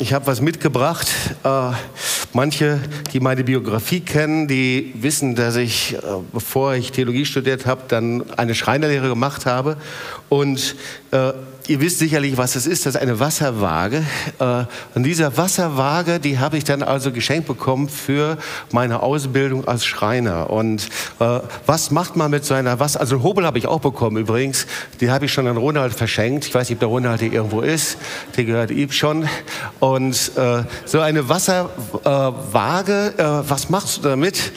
Ich habe was mitgebracht. Manche, die meine Biografie kennen, die wissen, dass ich, bevor ich Theologie studiert habe, dann eine Schreinerlehre gemacht habe. Und ihr wisst sicherlich, was es ist. Das ist eine Wasserwaage. Und diese Wasserwaage, die habe ich dann also geschenkt bekommen für meine Ausbildung als Schreiner. Und was macht man mit so einer Wasser... Also einen Hobel habe ich auch bekommen übrigens. Die habe ich schon an Ronald verschenkt. Ich weiß nicht, ob der Ronald hier irgendwo ist. Der gehört ihm schon. Und so eine Wasserwaage, was machst du damit?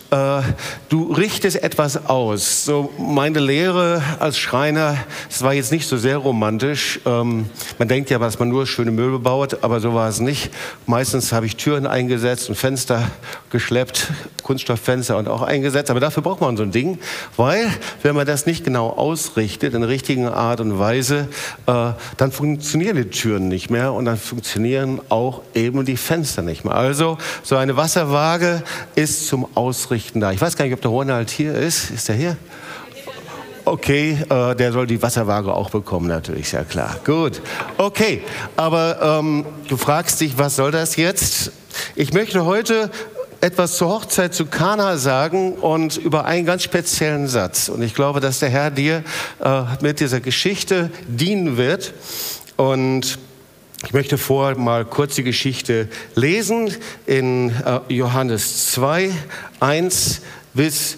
Du richtest etwas aus. So meine Lehre als Schreiner, das war jetzt nicht so sehr romantisch. Man denkt ja, dass man nur schöne Möbel baut, aber so war es nicht. Meistens habe ich Türen eingesetzt und Fenster geschleppt, Kunststofffenster und auch eingesetzt. Aber dafür braucht man so ein Ding, weil wenn man das nicht genau ausrichtet, in der richtigen Art und Weise, dann funktionieren die Türen nicht mehr und dann funktionieren auch eben die Fenster nicht mehr. Also so eine Wasserwaage ist zum Ausrichten da. Ich weiß gar nicht, ob der Ronald hier ist. Ist der hier? Okay, der soll die Wasserwaage auch bekommen, natürlich, sehr klar. Gut, okay, aber du fragst dich, was soll das jetzt? Ich möchte heute etwas zur Hochzeit zu Kana sagen und über einen ganz speziellen Satz. Und ich glaube, dass der Herr dir mit dieser Geschichte dienen wird. Und ich möchte vorher mal kurz die Geschichte lesen in Johannes 2, 1 bis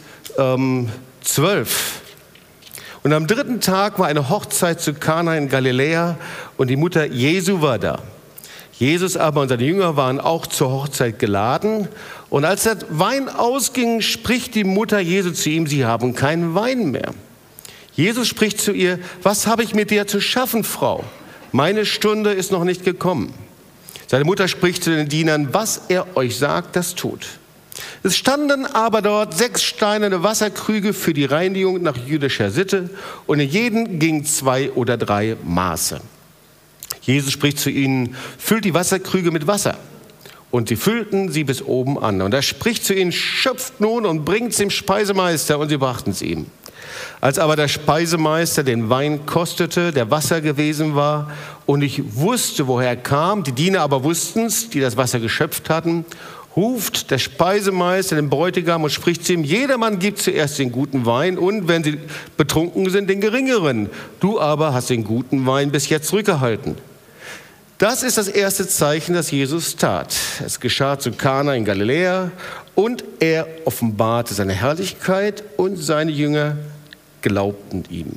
12. Und am dritten Tag war eine Hochzeit zu Kana in Galiläa und die Mutter Jesu war da. Jesus aber und seine Jünger waren auch zur Hochzeit geladen. Und als der Wein ausging, spricht die Mutter Jesu zu ihm, sie haben keinen Wein mehr. Jesus spricht zu ihr, was habe ich mit dir zu schaffen, Frau? Meine Stunde ist noch nicht gekommen. Seine Mutter spricht zu den Dienern, was er euch sagt, das tut. Es standen aber dort 6 steinerne Wasserkrüge für die Reinigung nach jüdischer Sitte und in jeden gingen 2 oder 3 Maße. Jesus spricht zu ihnen, füllt die Wasserkrüge mit Wasser. Und sie füllten sie bis oben an. Und er spricht zu ihnen, schöpft nun und bringt es dem Speisemeister. Und sie brachten es ihm. Als aber der Speisemeister den Wein kostete, der Wasser gewesen war, und ich wusste, woher er kam, die Diener aber wussten es, die das Wasser geschöpft hatten, ruft der Speisemeister den Bräutigam und spricht zu ihm, jedermann gibt zuerst den guten Wein und, wenn sie betrunken sind, den geringeren. Du aber hast den guten Wein bis jetzt zurückgehalten. Das ist das erste Zeichen, das Jesus tat. Es geschah zu Kana in Galiläa und er offenbarte seine Herrlichkeit und seine Jünger glaubten ihm.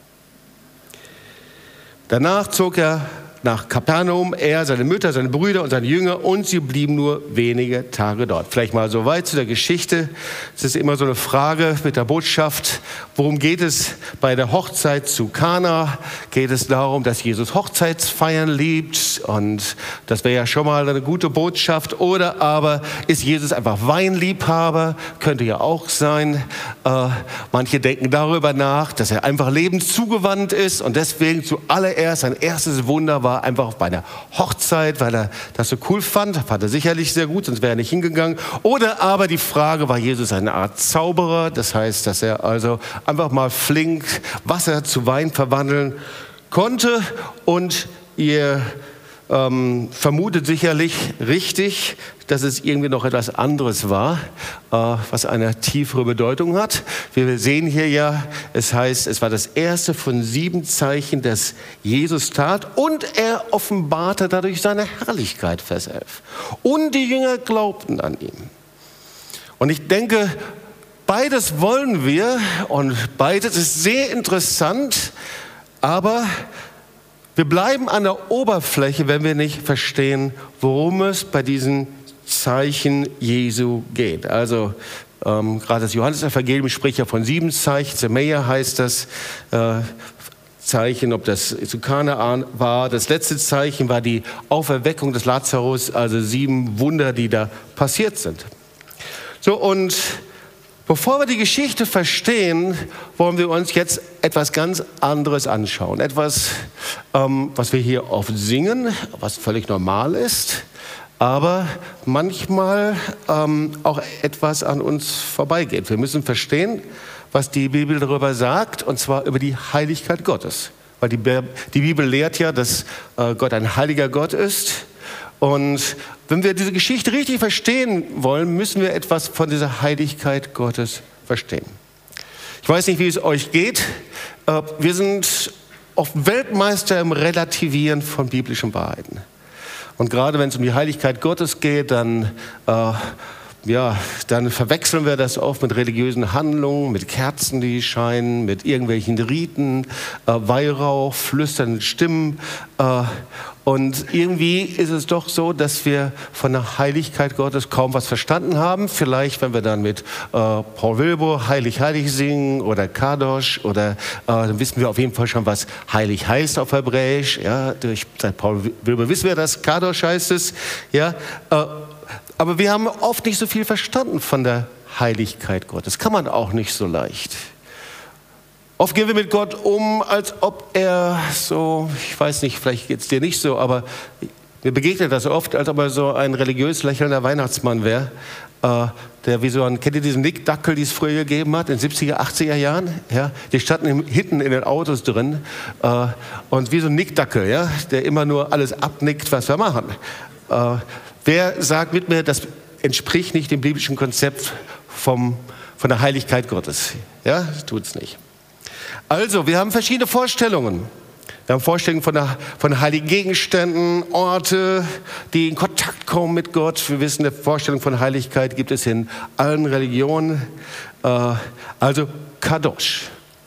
Danach zog er nach Kapernaum, er, seine Mütter, seine Brüder und seine Jünger, und sie blieben nur wenige Tage dort. Vielleicht mal so weit zu der Geschichte. Es ist immer so eine Frage mit der Botschaft, worum geht es bei der Hochzeit zu Kana? Geht es darum, dass Jesus Hochzeitsfeiern liebt? Und das wäre ja schon mal eine gute Botschaft. Oder aber ist Jesus einfach Weinliebhaber? Könnte ja auch sein. Manche denken darüber nach, dass er einfach lebenszugewandt ist und deswegen zuallererst sein erstes Wunder war einfach bei einer Hochzeit, weil er das so cool fand. Fand er sicherlich sehr gut, sonst wäre er nicht hingegangen. Oder aber die Frage, war Jesus eine Art Zauberer? Das heißt, dass er also einfach mal flink Wasser zu Wein verwandeln konnte. Und ihr vermutet sicherlich richtig, dass es irgendwie noch etwas anderes war, was eine tiefere Bedeutung hat. Wir sehen hier ja, es heißt, es war das erste von 7 Zeichen, das Jesus tat und er offenbarte dadurch seine Herrlichkeit, Vers 11. Und die Jünger glaubten an ihn. Und ich denke, beides wollen wir und beides ist sehr interessant, aber wir bleiben an der Oberfläche, wenn wir nicht verstehen, worum es bei diesen Zeichen Jesu geht. Also gerade das Johannes-Evangelium spricht ja von 7 Zeichen. Semeia heißt das Zeichen, ob das zu Kanaan war. Das letzte Zeichen war die Auferweckung des Lazarus, also 7 Wunder, die da passiert sind. So, und bevor wir die Geschichte verstehen, wollen wir uns jetzt etwas ganz anderes anschauen. Etwas, was wir hier oft singen, was völlig normal ist, aber manchmal auch etwas an uns vorbeigeht. Wir müssen verstehen, was die Bibel darüber sagt, und zwar über die Heiligkeit Gottes. Weil die Bibel lehrt ja, dass Gott ein heiliger Gott ist. Und wenn wir diese Geschichte richtig verstehen wollen, müssen wir etwas von dieser Heiligkeit Gottes verstehen. Ich weiß nicht, wie es euch geht. Wir sind oft Weltmeister im Relativieren von biblischen Wahrheiten. Und gerade wenn es um die Heiligkeit Gottes geht, dann verwechseln wir das oft mit religiösen Handlungen, mit Kerzen, die scheinen, mit irgendwelchen Riten, Weihrauch, flüsternden Stimmen. Und irgendwie ist es doch so, dass wir von der Heiligkeit Gottes kaum was verstanden haben. Vielleicht, wenn wir dann mit Paul Wilbur Heilig, Heilig singen oder Kadosh oder dann wissen wir auf jeden Fall schon, was heilig heißt auf Hebräisch. Ja, seit Paul Wilbur wissen wir das, Kadosh heißt es. Ja, aber wir haben oft nicht so viel verstanden von der Heiligkeit Gottes. Kann man auch nicht so leicht. Oft gehen wir mit Gott um, als ob er so, ich weiß nicht, vielleicht geht es dir nicht so, aber mir begegnet das oft, als ob er so ein religiös lächelnder Weihnachtsmann wäre, der wie so ein, kennt ihr diesen Nick Dackel, die es früher gegeben hat, in den 70er, 80er Jahren? Ja? Die standen hinten in den Autos drin und wie so ein Nick Dackel, ja? Der immer nur alles abnickt, was wir machen. Wer sagt mit mir, das entspricht nicht dem biblischen Konzept von der Heiligkeit Gottes? Ja, tut es nicht. Also, wir haben verschiedene Vorstellungen. Wir haben Vorstellungen von heiligen Gegenständen, Orte, die in Kontakt kommen mit Gott. Wir wissen, eine Vorstellung von Heiligkeit gibt es in allen Religionen. Also Kadosh.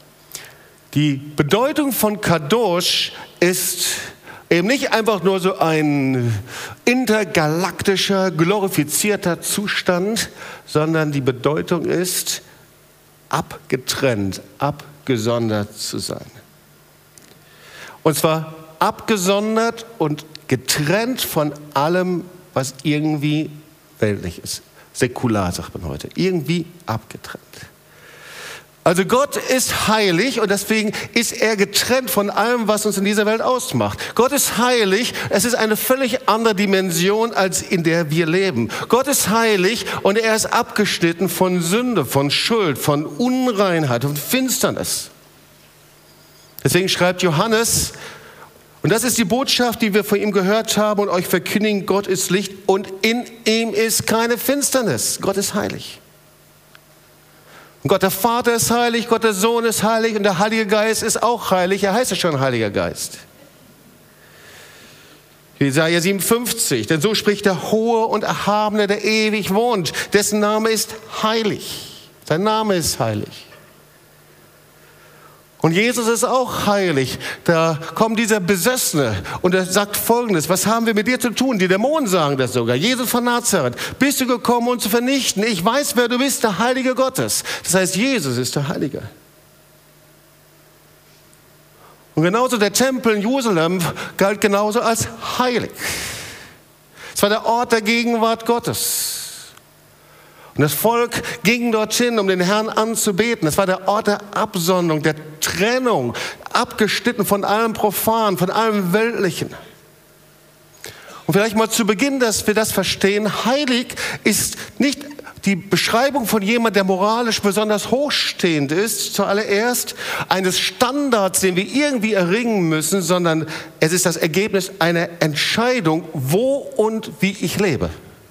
Die Bedeutung von Kadosh ist eben nicht einfach nur so ein intergalaktischer, glorifizierter Zustand, sondern die Bedeutung ist, abgetrennt, abgesondert zu sein. Und zwar abgesondert und getrennt von allem, was irgendwie weltlich ist. Säkular, sagt man heute. Irgendwie abgetrennt. Also Gott ist heilig und deswegen ist er getrennt von allem, was uns in dieser Welt ausmacht. Gott ist heilig, es ist eine völlig andere Dimension, als in der wir leben. Gott ist heilig und er ist abgeschnitten von Sünde, von Schuld, von Unreinheit und Finsternis. Deswegen schreibt Johannes, und das ist die Botschaft, die wir von ihm gehört haben und euch verkündigen, Gott ist Licht und in ihm ist keine Finsternis. Gott ist heilig. Und Gott der Vater ist heilig, Gott der Sohn ist heilig und der Heilige Geist ist auch heilig. Er heißt ja schon Heiliger Geist. Jesaja 57, denn so spricht der Hohe und Erhabene, der ewig wohnt. Dessen Name ist heilig. Sein Name ist heilig. Und Jesus ist auch heilig. Da kommt dieser Besessene und er sagt Folgendes: Was haben wir mit dir zu tun? Die Dämonen sagen das sogar. Jesus von Nazareth, bist du gekommen, uns zu vernichten? Ich weiß, wer du bist, der Heilige Gottes. Das heißt, Jesus ist der Heilige. Und genauso der Tempel in Jerusalem galt genauso als heilig. Es war der Ort der Gegenwart Gottes. Und das Volk ging dorthin, um den Herrn anzubeten. Das war der Ort der Absonderung, der Trennung, abgeschnitten von allem Profanen, von allem Weltlichen. Und vielleicht mal zu Beginn, dass wir das verstehen: Heilig ist nicht die Beschreibung von jemandem, der moralisch besonders hochstehend ist, zuallererst eines Standards, den wir irgendwie erringen müssen, sondern es ist das Ergebnis einer Entscheidung, wo und wie ich lebe.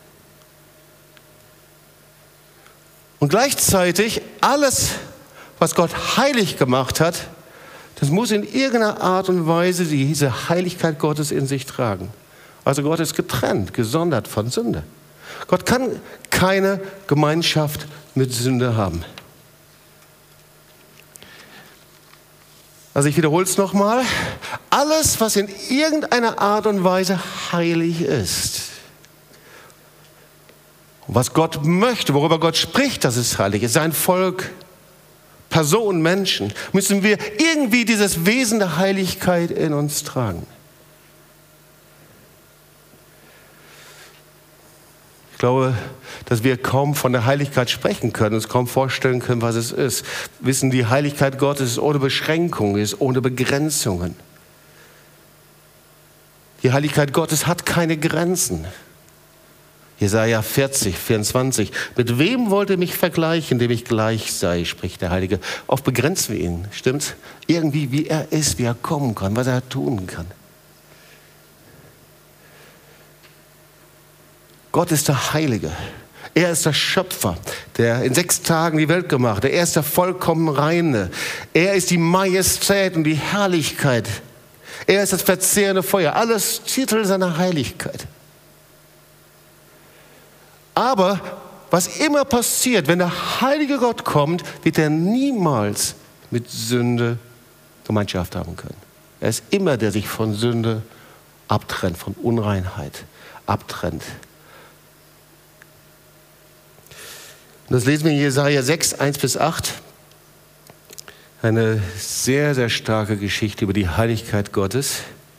Und gleichzeitig alles, was Gott heilig gemacht hat, das muss in irgendeiner Art und Weise diese Heiligkeit Gottes in sich tragen. Also Gott ist getrennt, gesondert von Sünde. Gott kann keine Gemeinschaft mit Sünde haben. Also ich wiederhole es nochmal. Alles, was in irgendeiner Art und Weise heilig ist, was Gott möchte, worüber Gott spricht, dass es heilig ist, sein Volk, Personen, Menschen, müssen wir irgendwie dieses Wesen der Heiligkeit in uns tragen. Ich glaube, dass wir kaum von der Heiligkeit sprechen können, uns kaum vorstellen können, was es ist. Wir wissen, die Heiligkeit Gottes ist ohne Beschränkungen, ist ohne Begrenzungen. Die Heiligkeit Gottes hat keine Grenzen. Jesaja 40, 24. Mit wem wollt ihr mich vergleichen, dem ich gleich sei, spricht der Heilige. Oft begrenzen wir ihn, stimmt's? Irgendwie, wie er ist, wie er kommen kann, was er tun kann. Gott ist der Heilige. Er ist der Schöpfer, der in 6 Tagen die Welt gemacht hat. Er ist der vollkommen Reine. Er ist die Majestät und die Herrlichkeit. Er ist das verzehrende Feuer. Alles Titel seiner Heiligkeit. Aber was immer passiert, wenn der heilige Gott kommt, wird er niemals mit Sünde Gemeinschaft haben können. Er ist immer der sich von Sünde abtrennt, von Unreinheit abtrennt. Und das lesen wir in Jesaja 6, 1-8. Eine sehr, sehr starke Geschichte über die Heiligkeit Gottes.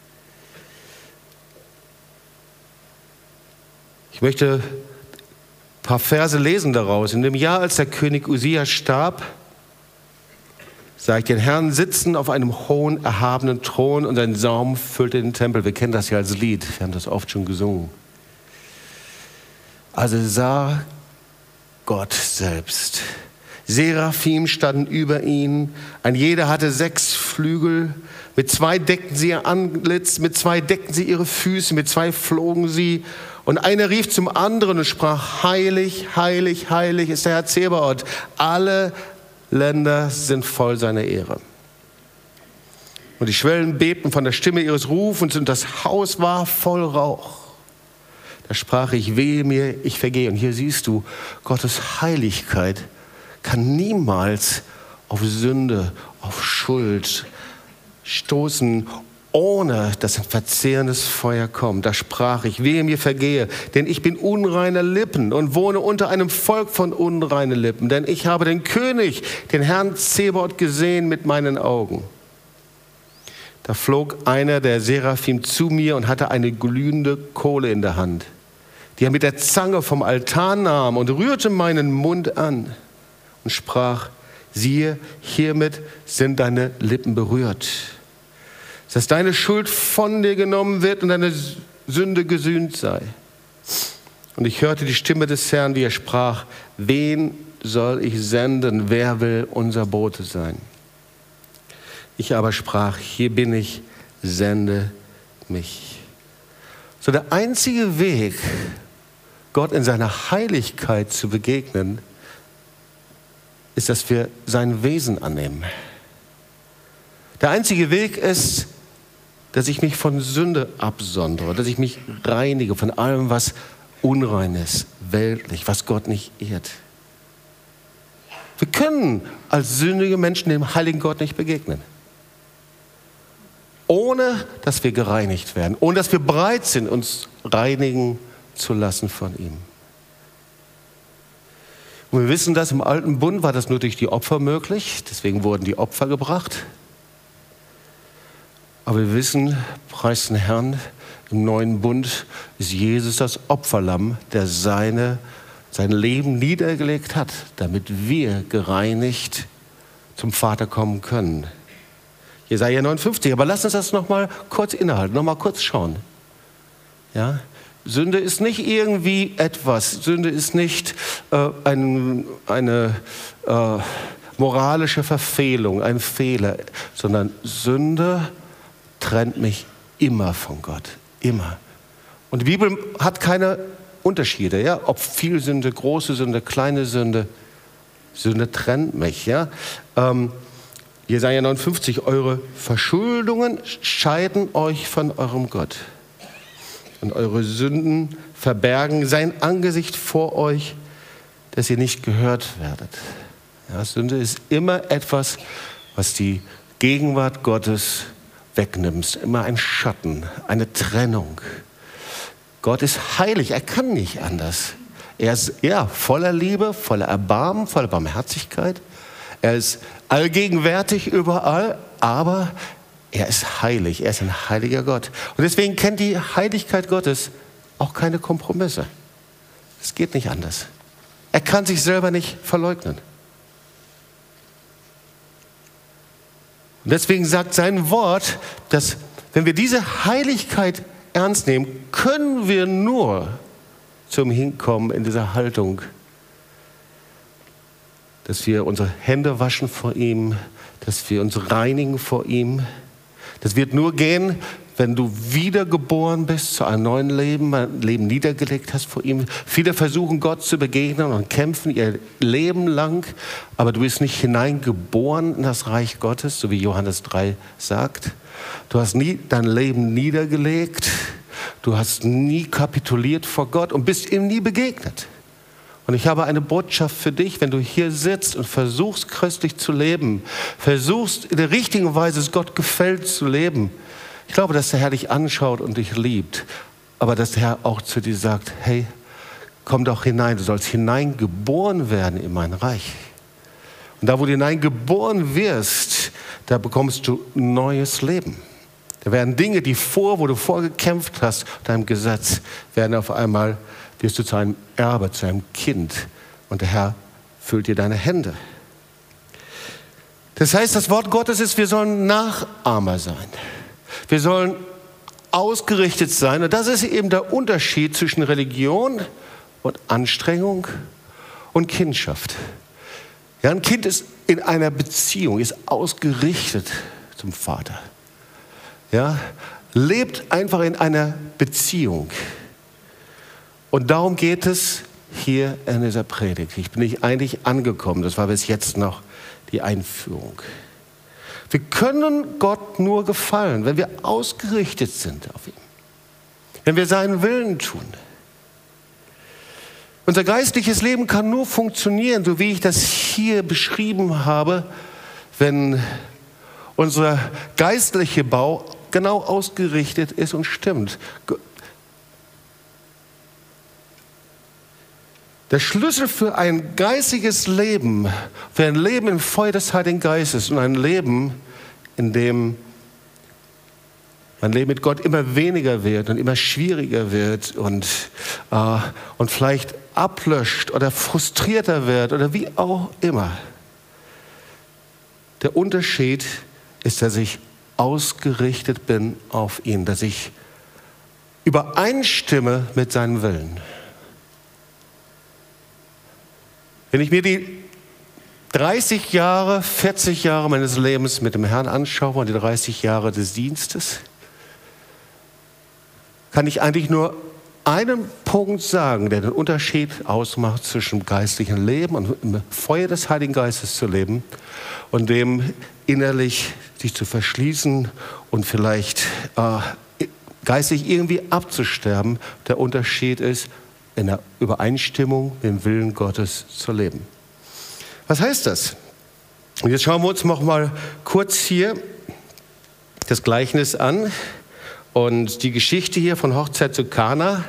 Ich möchte ein paar Verse lesen daraus. In dem Jahr, als der König Usia starb, sah ich den Herrn sitzen auf einem hohen, erhabenen Thron und sein Saum füllte den Tempel. Wir kennen das ja als Lied, wir haben das oft schon gesungen. Also sah Gott selbst. Seraphim standen über ihn, ein jeder hatte 6 Flügel, mit 2 deckten sie ihr Antlitz, mit 2 deckten sie ihre Füße, mit 2 flogen sie. Und einer rief zum anderen und sprach, heilig, heilig, heilig ist der Herr Zebaoth. Alle Länder sind voll seiner Ehre. Und die Schwellen bebten von der Stimme ihres Rufens und das Haus war voll Rauch. Da sprach ich, wehe mir, ich vergehe. Und hier siehst du, Gottes Heiligkeit kann niemals auf Sünde, auf Schuld stoßen, ohne dass ein verzehrendes Feuer kommt. Da sprach ich, wehe mir vergehe, denn ich bin unreiner Lippen und wohne unter einem Volk von unreinen Lippen. Denn ich habe den König, den Herrn Zebaoth, gesehen mit meinen Augen. Da flog einer der Seraphim zu mir und hatte eine glühende Kohle in der Hand, die er mit der Zange vom Altar nahm und rührte meinen Mund an und sprach, siehe, hiermit sind deine Lippen berührt, dass deine Schuld von dir genommen wird und deine Sünde gesühnt sei. Und ich hörte die Stimme des Herrn, wie er sprach, wen soll ich senden, wer will unser Bote sein? Ich aber sprach, hier bin ich, sende mich. So der einzige Weg, Gott in seiner Heiligkeit zu begegnen, ist, dass wir sein Wesen annehmen. Der einzige Weg ist, dass ich mich von Sünde absondere, dass ich mich reinige von allem, was unrein ist, weltlich, was Gott nicht ehrt. Wir können als sündige Menschen dem heiligen Gott nicht begegnen, ohne dass wir gereinigt werden, ohne dass wir bereit sind, uns reinigen zu lassen von ihm. Und wir wissen, dass im Alten Bund war das nur durch die Opfer möglich, deswegen wurden die Opfer gebracht. Aber wir wissen, preis den Herrn, im Neuen Bund ist Jesus das Opferlamm, der sein Leben niedergelegt hat, damit wir gereinigt zum Vater kommen können. Jesaja 59, aber lass uns das nochmal kurz innehalten, nochmal kurz schauen. Ja? Sünde ist nicht irgendwie etwas, Sünde ist nicht eine moralische Verfehlung, ein Fehler, sondern Sünde trennt mich immer von Gott, immer. Und die Bibel hat keine Unterschiede, ja? Ob viel Sünde, große Sünde, kleine Sünde, Sünde trennt mich. Ja? Jesaja 59, eure Verschuldungen scheiden euch von eurem Gott. Und eure Sünden verbergen sein Angesicht vor euch, dass ihr nicht gehört werdet. Ja, Sünde ist immer etwas, was die Gegenwart Gottes wegnimmt. Immer ein Schatten, eine Trennung. Gott ist heilig, er kann nicht anders. Er ist voller Liebe, voller Erbarmen, voller Barmherzigkeit. Er ist allgegenwärtig überall, aber er ist heilig, er ist ein heiliger Gott. Und deswegen kennt die Heiligkeit Gottes auch keine Kompromisse. Es geht nicht anders. Er kann sich selber nicht verleugnen. Und deswegen sagt sein Wort, dass wenn wir diese Heiligkeit ernst nehmen, können wir nur zum Hinkommen in dieser Haltung, dass wir unsere Hände waschen vor ihm, dass wir uns reinigen vor ihm, Das wird nur gehen, wenn du wiedergeboren bist zu einem neuen Leben, ein Leben niedergelegt hast vor ihm. Viele versuchen Gott zu begegnen und kämpfen ihr Leben lang, aber du bist nicht hineingeboren in das Reich Gottes, so wie Johannes 3 sagt. Du hast nie dein Leben niedergelegt, du hast nie kapituliert vor Gott und bist ihm nie begegnet. Und ich habe eine Botschaft für dich, wenn du hier sitzt und versuchst, christlich zu leben, versuchst, in der richtigen Weise es Gott gefällt zu leben. Ich glaube, dass der Herr dich anschaut und dich liebt, aber dass der Herr auch zu dir sagt, hey, komm doch hinein, du sollst hineingeboren werden in mein Reich. Und da, wo du hineingeboren wirst, da bekommst du neues Leben. Da werden Dinge, wo du vorgekämpft hast, deinem Gesetz, werden auf einmal, wirst du zu einem Erbe, zu einem Kind. Und der Herr füllt dir deine Hände. Das heißt, das Wort Gottes ist, wir sollen Nachahmer sein. Wir sollen ausgerichtet sein. Und das ist eben der Unterschied zwischen Religion und Anstrengung und Kindschaft. Ja, ein Kind ist in einer Beziehung, ist ausgerichtet zum Vater. Ja, lebt einfach in einer Beziehung. Und darum geht es hier in dieser Predigt. Ich bin nicht eigentlich angekommen, das war bis jetzt noch die Einführung. Wir können Gott nur gefallen, wenn wir ausgerichtet sind auf ihn. Wenn wir seinen Willen tun. Unser geistliches Leben kann nur funktionieren, so wie ich das hier beschrieben habe, wenn unser geistlicher Bau genau ausgerichtet ist und stimmt. Der Schlüssel für ein geistiges Leben, für ein Leben im Feuer des Heiligen Geistes und ein Leben, in dem mein Leben mit Gott immer weniger wird und immer schwieriger wird und vielleicht ablöscht oder frustrierter wird oder wie auch immer. Der Unterschied ist, dass ich ausgerichtet bin auf ihn, dass ich übereinstimme mit seinem Willen. Wenn ich mir die 30 Jahre, 40 Jahre meines Lebens mit dem Herrn anschaue und die 30 Jahre des Dienstes, kann ich eigentlich nur einen Punkt sagen, der den Unterschied ausmacht zwischen dem geistlichen Leben und im Feuer des Heiligen Geistes zu leben und dem innerlich sich zu verschließen und vielleicht geistig irgendwie abzusterben. Der Unterschied ist, in der Übereinstimmung mit dem Willen Gottes zu leben. Was heißt das? Und jetzt schauen wir uns noch mal kurz hier das Gleichnis an und die Geschichte hier von Hochzeit zu Kana.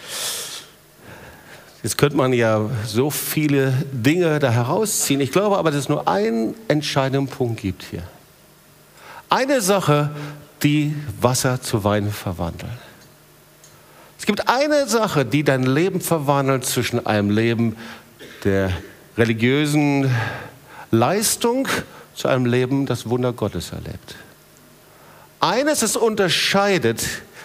Jetzt könnte man ja so viele Dinge da herausziehen. Ich glaube aber, dass es nur einen entscheidenden Punkt gibt hier. Eine Sache, die Wasser zu Wein verwandelt. Es gibt eine Sache, die dein Leben verwandelt zwischen einem Leben der religiösen Leistung zu einem Leben, das Wunder Gottes erlebt. Eines es unterscheidet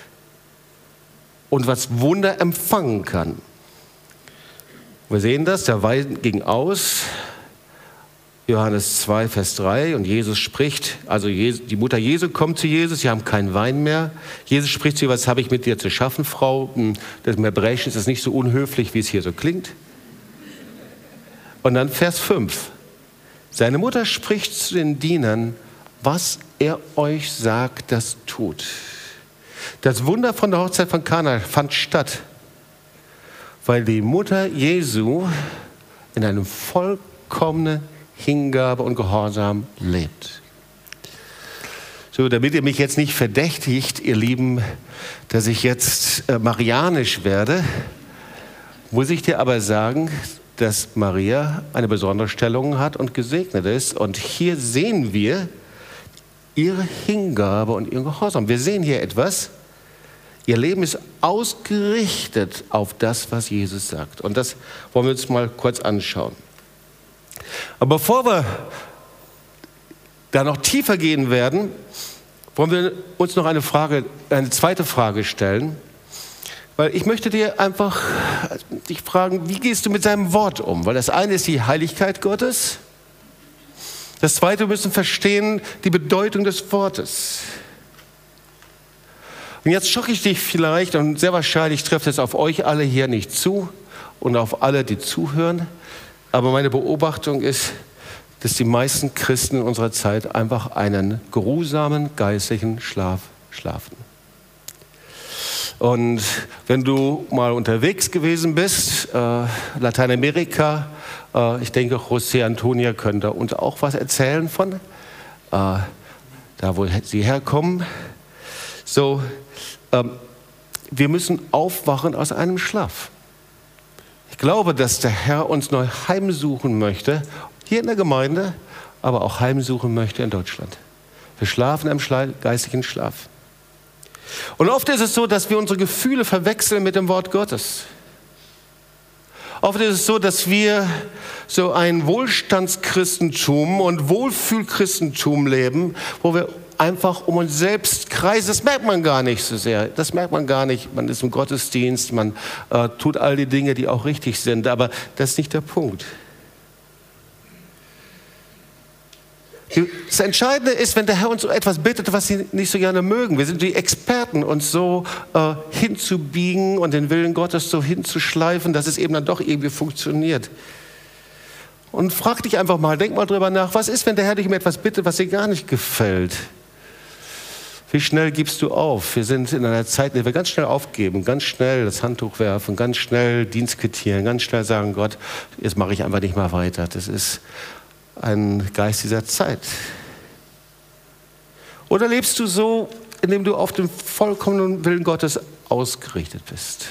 und was Wunder empfangen kann. Wir sehen das, der Wein ging aus, Johannes 2, Vers 3, und Jesus spricht, also die Mutter Jesu kommt zu Jesus, sie haben keinen Wein mehr. Jesus spricht zu ihr, was habe ich mit dir zu schaffen, Frau? Das im Hebräischen ist es nicht so unhöflich, wie es hier so klingt. Und dann Vers 5. Seine Mutter spricht zu den Dienern, was er euch sagt, das tut. Das Wunder von der Hochzeit von Kana fand statt, weil die Mutter Jesu in einem vollkommenen Hingabe und Gehorsam lebt. So, damit ihr mich jetzt nicht verdächtigt, ihr Lieben, dass ich jetzt marianisch werde, muss ich dir aber sagen, dass Maria eine besondere Stellung hat und gesegnet ist. Und hier sehen wir ihre Hingabe und ihren Gehorsam. Wir sehen hier etwas. Ihr Leben ist ausgerichtet auf das, was Jesus sagt. Und das wollen wir uns mal kurz anschauen. Aber bevor wir da noch tiefer gehen werden, wollen wir uns noch eine zweite Frage stellen. Weil ich möchte dich fragen, wie gehst du mit seinem Wort um? Weil das eine ist die Heiligkeit Gottes. Das zweite, wir müssen verstehen die Bedeutung des Wortes. Und jetzt schocke ich dich vielleicht und sehr wahrscheinlich trifft es auf euch alle hier nicht zu und auf alle, die zuhören. Aber meine Beobachtung ist, dass die meisten Christen in unserer Zeit einfach einen geruhsamen geistlichen Schlaf schlafen. Und wenn du mal unterwegs gewesen bist, Lateinamerika, ich denke, José Antonio könnte uns auch was erzählen von, da wo sie herkommen. So, wir müssen aufwachen aus einem Schlaf. Ich glaube, dass der Herr uns neu heimsuchen möchte, hier in der Gemeinde, aber auch heimsuchen möchte in Deutschland. Wir schlafen im geistigen Schlaf. Und oft ist es so, dass wir unsere Gefühle verwechseln mit dem Wort Gottes. Oft ist es so, dass wir so ein Wohlstandschristentum und Wohlfühlchristentum leben, wo wir einfach um uns selbst kreisen. Das merkt man gar nicht so sehr. Das merkt man gar nicht. Man ist im Gottesdienst, man tut all die Dinge, die auch richtig sind. Aber das ist nicht der Punkt. Das Entscheidende ist, wenn der Herr uns so etwas bittet, was Sie nicht so gerne mögen. Wir sind die Experten, uns so hinzubiegen und den Willen Gottes so hinzuschleifen, dass es eben dann doch irgendwie funktioniert. Und frag dich einfach mal, denk mal drüber nach, was ist, wenn der Herr dich um etwas bittet, was dir gar nicht gefällt? Wie schnell gibst du auf? Wir sind in einer Zeit, in der wir ganz schnell aufgeben, ganz schnell das Handtuch werfen, ganz schnell Dienst quittieren, ganz schnell sagen, Gott, jetzt mache ich einfach nicht mehr weiter. Das ist ein Geist dieser Zeit. Oder lebst du so, indem du auf den vollkommenen Willen Gottes ausgerichtet bist?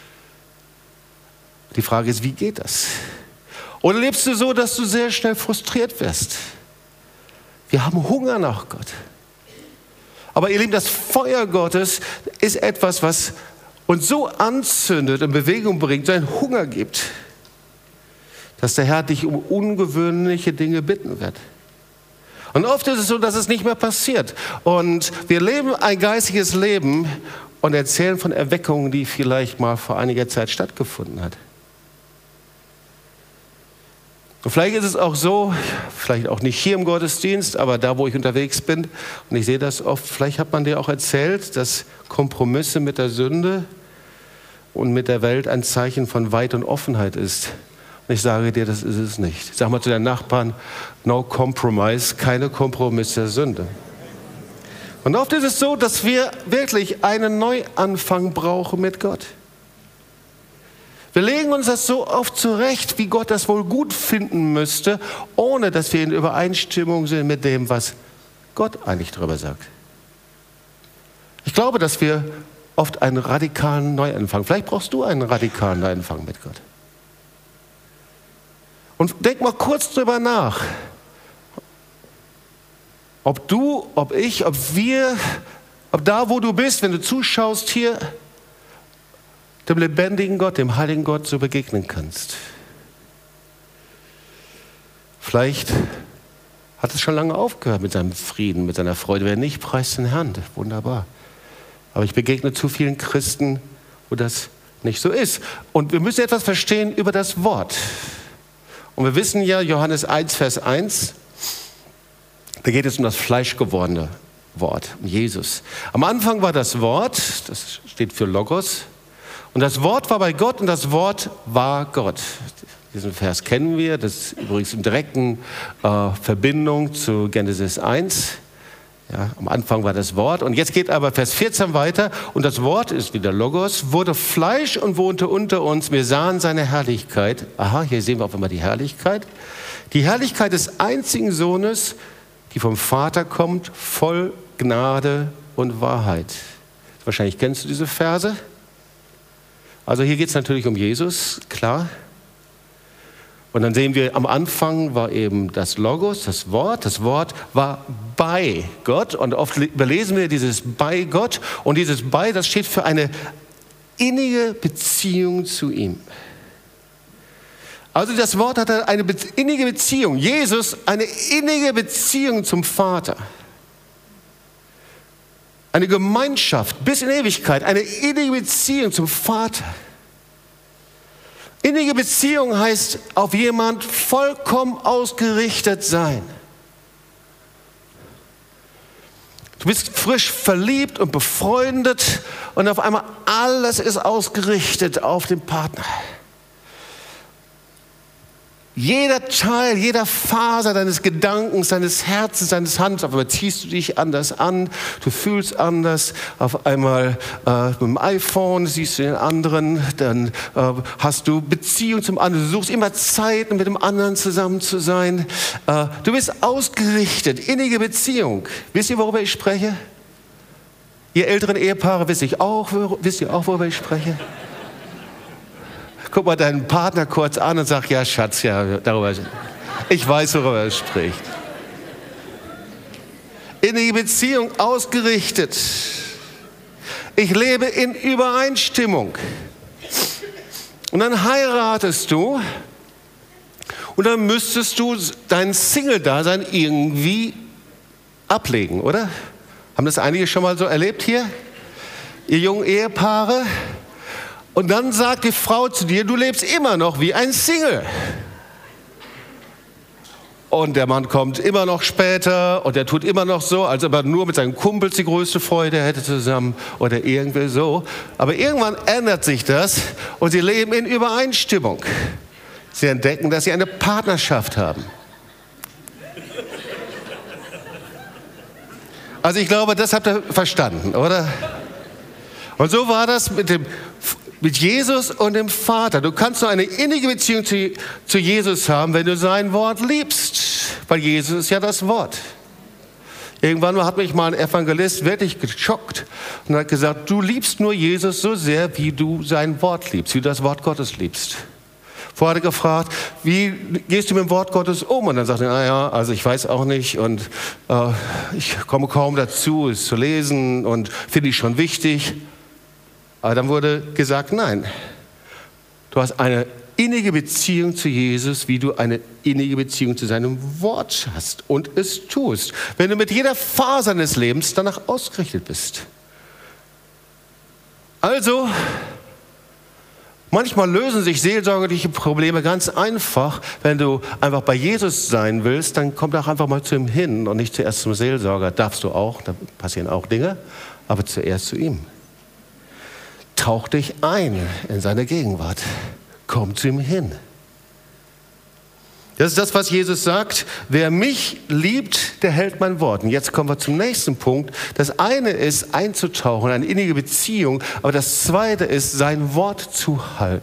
Die Frage ist, wie geht das? Oder lebst du so, dass du sehr schnell frustriert wirst? Wir haben Hunger nach Gott. Aber ihr Lieben, das Feuer Gottes ist etwas, was uns so anzündet, in Bewegung bringt, so einen Hunger gibt, dass der Herr dich um ungewöhnliche Dinge bitten wird. Und oft ist es so, dass es nicht mehr passiert. Und wir leben ein geistiges Leben und erzählen von Erweckungen, die vielleicht mal vor einiger Zeit stattgefunden hat. Und vielleicht ist es auch so, vielleicht auch nicht hier im Gottesdienst, aber da, wo ich unterwegs bin, und ich sehe das oft, vielleicht hat man dir auch erzählt, dass Kompromisse mit der Sünde und mit der Welt ein Zeichen von Weit und Offenheit ist. Ich sage dir, das ist es nicht. Sag mal zu deinen Nachbarn, no compromise, keine Kompromisse der Sünde. Und oft ist es so, dass wir wirklich einen Neuanfang brauchen mit Gott. Wir legen uns das so oft zurecht, wie Gott das wohl gut finden müsste, ohne dass wir in Übereinstimmung sind mit dem, was Gott eigentlich darüber sagt. Ich glaube, dass wir oft einen radikalen Neuanfang, vielleicht brauchst du einen radikalen Neuanfang mit Gott. Und denk mal kurz drüber nach, ob du, ob ich, ob wir, ob da, wo du bist, wenn du zuschaust hier, dem lebendigen Gott, dem heiligen Gott so begegnen kannst. Vielleicht hat es schon lange aufgehört mit seinem Frieden, mit seiner Freude. Wer nicht, preist den Herrn. Wunderbar. Aber ich begegne zu vielen Christen, wo das nicht so ist. Und wir müssen etwas verstehen über das Wort. Und wir wissen ja, Johannes 1, Vers 1, da geht es um das fleischgewordene Wort, um Jesus. Am Anfang war das Wort, das steht für Logos, und das Wort war bei Gott und das Wort war Gott. Diesen Vers kennen wir, das ist übrigens in direkten Verbindung zu Genesis 1. Ja, am Anfang war das Wort und jetzt geht aber Vers 14 weiter und das Wort ist wieder Logos, wurde Fleisch und wohnte unter uns. Wir sahen seine Herrlichkeit. Aha, hier sehen wir auf einmal die Herrlichkeit. Die Herrlichkeit des einzigen Sohnes, die vom Vater kommt, voll Gnade und Wahrheit. Wahrscheinlich kennst du diese Verse. Also hier geht es natürlich um Jesus, klar. Und dann sehen wir, am Anfang war eben das Logos, das Wort war bei Gott und oft überlesen wir dieses bei Gott und dieses bei, das steht für eine innige Beziehung zu ihm. Also das Wort hatte eine innige Beziehung, Jesus eine innige Beziehung zum Vater. Eine Gemeinschaft bis in Ewigkeit, eine innige Beziehung zum Vater. Innige Beziehung heißt, auf jemand vollkommen ausgerichtet sein. Du bist frisch verliebt und befreundet und auf einmal alles ist ausgerichtet auf den Partner. Jeder Teil, jeder Faser deines Gedankens, deines Herzens, deines Handelns, auf einmal ziehst du dich anders an, du fühlst anders, auf einmal mit dem iPhone siehst du den anderen, dann hast du Beziehung zum anderen, du suchst immer Zeit, mit dem anderen zusammen zu sein. Du bist ausgerichtet, innige Beziehung. Wisst ihr, worüber ich spreche? Ihr älteren Ehepaare wisst ihr auch, worüber ich spreche? Guck mal deinen Partner kurz an und sag, ja Schatz, ja, darüber. Ich weiß, worüber er spricht. Innige Beziehung ausgerichtet. Ich lebe in Übereinstimmung. Und dann heiratest du und dann müsstest du dein Single-Dasein irgendwie ablegen, oder? Haben das einige schon mal so erlebt hier? Ihr jungen Ehepaare? Und dann sagt die Frau zu dir, du lebst immer noch wie ein Single. Und der Mann kommt immer noch später und er tut immer noch so, als ob er nur mit seinen Kumpels die größte Freude hätte zusammen oder irgendwie so. Aber irgendwann ändert sich das und sie leben in Übereinstimmung. Sie entdecken, dass sie eine Partnerschaft haben. Also ich glaube, das habt ihr verstanden, oder? Und so war das mit Jesus und dem Vater. Du kannst nur eine innige Beziehung zu Jesus haben, wenn du sein Wort liebst. Weil Jesus ist ja das Wort. Irgendwann hat mich mal ein Evangelist wirklich geschockt und hat gesagt, du liebst nur Jesus so sehr, wie du sein Wort liebst, wie du das Wort Gottes liebst. Vorher hat er gefragt, wie gehst du mit dem Wort Gottes um? Und dann sagte er, naja, also ich weiß auch nicht und ich komme kaum dazu, es zu lesen und finde ich schon wichtig. Aber dann wurde gesagt, nein, du hast eine innige Beziehung zu Jesus, wie du eine innige Beziehung zu seinem Wort hast und es tust, wenn du mit jeder Faser deines Lebens danach ausgerichtet bist. Also, manchmal lösen sich seelsorgerliche Probleme ganz einfach. Wenn du einfach bei Jesus sein willst, dann komm doch einfach mal zu ihm hin und nicht zuerst zum Seelsorger. Darfst du auch, da passieren auch Dinge, aber zuerst zu ihm. Tauch dich ein in seine Gegenwart. Komm zu ihm hin. Das ist das, was Jesus sagt. Wer mich liebt, der hält mein Wort. Und jetzt kommen wir zum nächsten Punkt. Das eine ist, einzutauchen, eine innige Beziehung. Aber das zweite ist, sein Wort zu halten.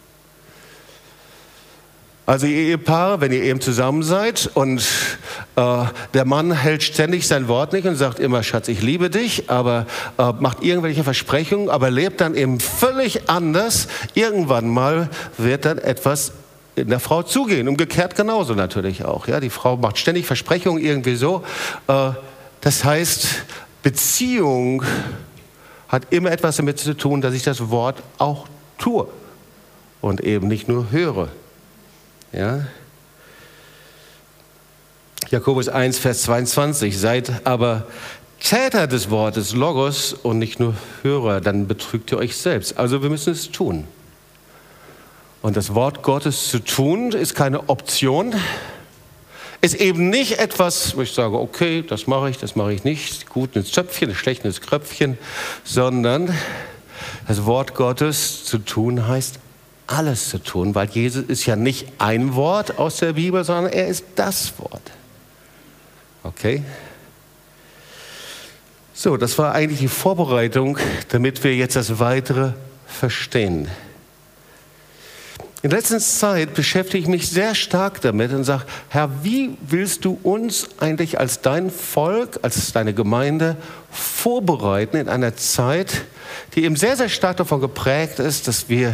Also ihr Ehepaare, wenn ihr eben zusammen seid und der Mann hält ständig sein Wort nicht und sagt immer, Schatz, ich liebe dich, aber macht irgendwelche Versprechungen, aber lebt dann eben völlig anders. Irgendwann mal wird dann etwas in der Frau zugehen. Umgekehrt genauso natürlich auch. Ja? Die Frau macht ständig Versprechungen irgendwie so. Das heißt, Beziehung hat immer etwas damit zu tun, dass ich das Wort auch tue und eben nicht nur höre. Ja? Jakobus 1, Vers 22, seid aber Täter des Wortes Logos und nicht nur Hörer, dann betrügt ihr euch selbst. Also wir müssen es tun. Und das Wort Gottes zu tun ist keine Option, ist eben nicht etwas, wo ich sage, okay, das mache ich nicht, gut ins Zöpfchen, schlecht ins Kröpfchen, sondern das Wort Gottes zu tun heißt alles zu tun, weil Jesus ist ja nicht ein Wort aus der Bibel, sondern er ist das Wort. Okay? So, das war eigentlich die Vorbereitung, damit wir jetzt das Weitere verstehen. In letzter Zeit beschäftige ich mich sehr stark damit und sage, Herr, wie willst du uns eigentlich als dein Volk, als deine Gemeinde vorbereiten in einer Zeit, die eben sehr, sehr stark davon geprägt ist, dass wir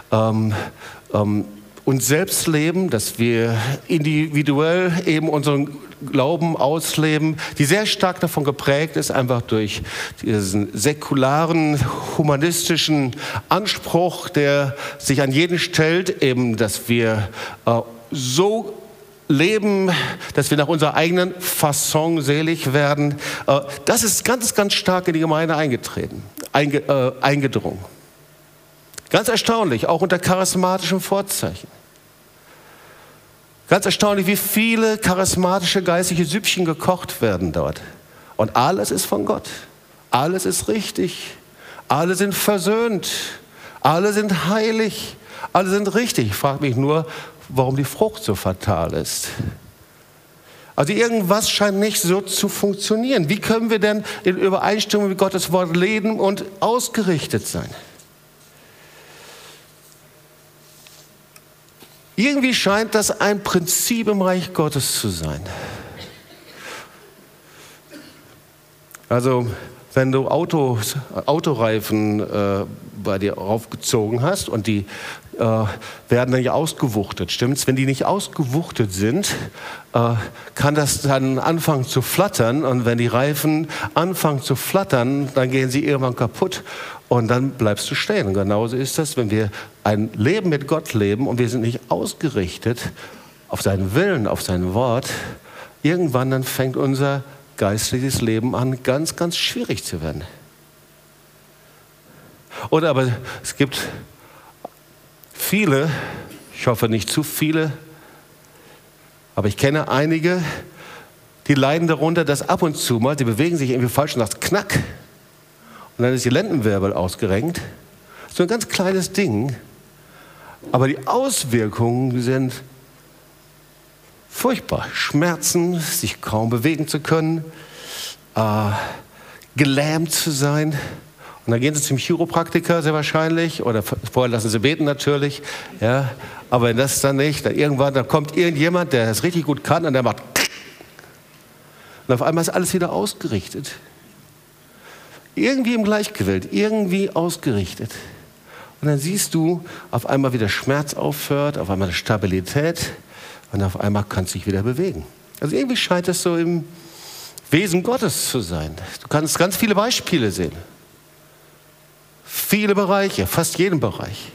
uns selbst leben, dass wir individuell eben unseren Glauben ausleben, die sehr stark davon geprägt ist, einfach durch diesen säkularen, humanistischen Anspruch, der sich an jeden stellt, eben, dass wir so leben, dass wir nach unserer eigenen Fasson selig werden. Das ist ganz, ganz stark in die Gemeinde eingedrungen. Ganz erstaunlich, auch unter charismatischen Vorzeichen. Ganz erstaunlich, wie viele charismatische geistliche Süppchen gekocht werden dort. Und alles ist von Gott. Alles ist richtig. Alle sind versöhnt. Alle sind heilig. Alle sind richtig. Ich frage mich nur, warum die Frucht so fatal ist. Also irgendwas scheint nicht so zu funktionieren. Wie können wir denn in Übereinstimmung mit Gottes Wort leben und ausgerichtet sein? Irgendwie scheint das ein Prinzip im Reich Gottes zu sein. Also wenn du Autoreifen bei dir raufgezogen hast und die werden dann ja ausgewuchtet, stimmt's? Wenn die nicht ausgewuchtet sind, kann das dann anfangen zu flattern, und wenn die Reifen anfangen zu flattern, dann gehen sie irgendwann kaputt und dann bleibst du stehen. Und genauso ist das, wenn wir ein Leben mit Gott leben und wir sind nicht ausgerichtet auf seinen Willen, auf sein Wort, irgendwann dann fängt unser geistliches Leben an, ganz, ganz schwierig zu werden. Oder aber es gibt viele, ich hoffe nicht zu viele, aber ich kenne einige, die leiden darunter, dass ab und zu mal, die bewegen sich irgendwie falsch und sagt knack und dann ist die Lendenwirbel ausgerenkt. So ein ganz kleines Ding, aber die Auswirkungen sind furchtbar. Schmerzen, sich kaum bewegen zu können, gelähmt zu sein. Und dann gehen sie zum Chiropraktiker sehr wahrscheinlich, oder vorher lassen sie beten natürlich. Ja. Aber wenn das dann nicht, dann kommt irgendjemand, der das richtig gut kann und der macht und auf einmal ist alles wieder ausgerichtet. Irgendwie im Gleichgewicht, irgendwie ausgerichtet. Und dann siehst du, auf einmal wieder Schmerz aufhört, auf einmal eine Stabilität und auf einmal kannst du dich wieder bewegen. Also irgendwie scheint es so im Wesen Gottes zu sein. Du kannst ganz viele Beispiele sehen. Viele Bereiche, fast jeden Bereich.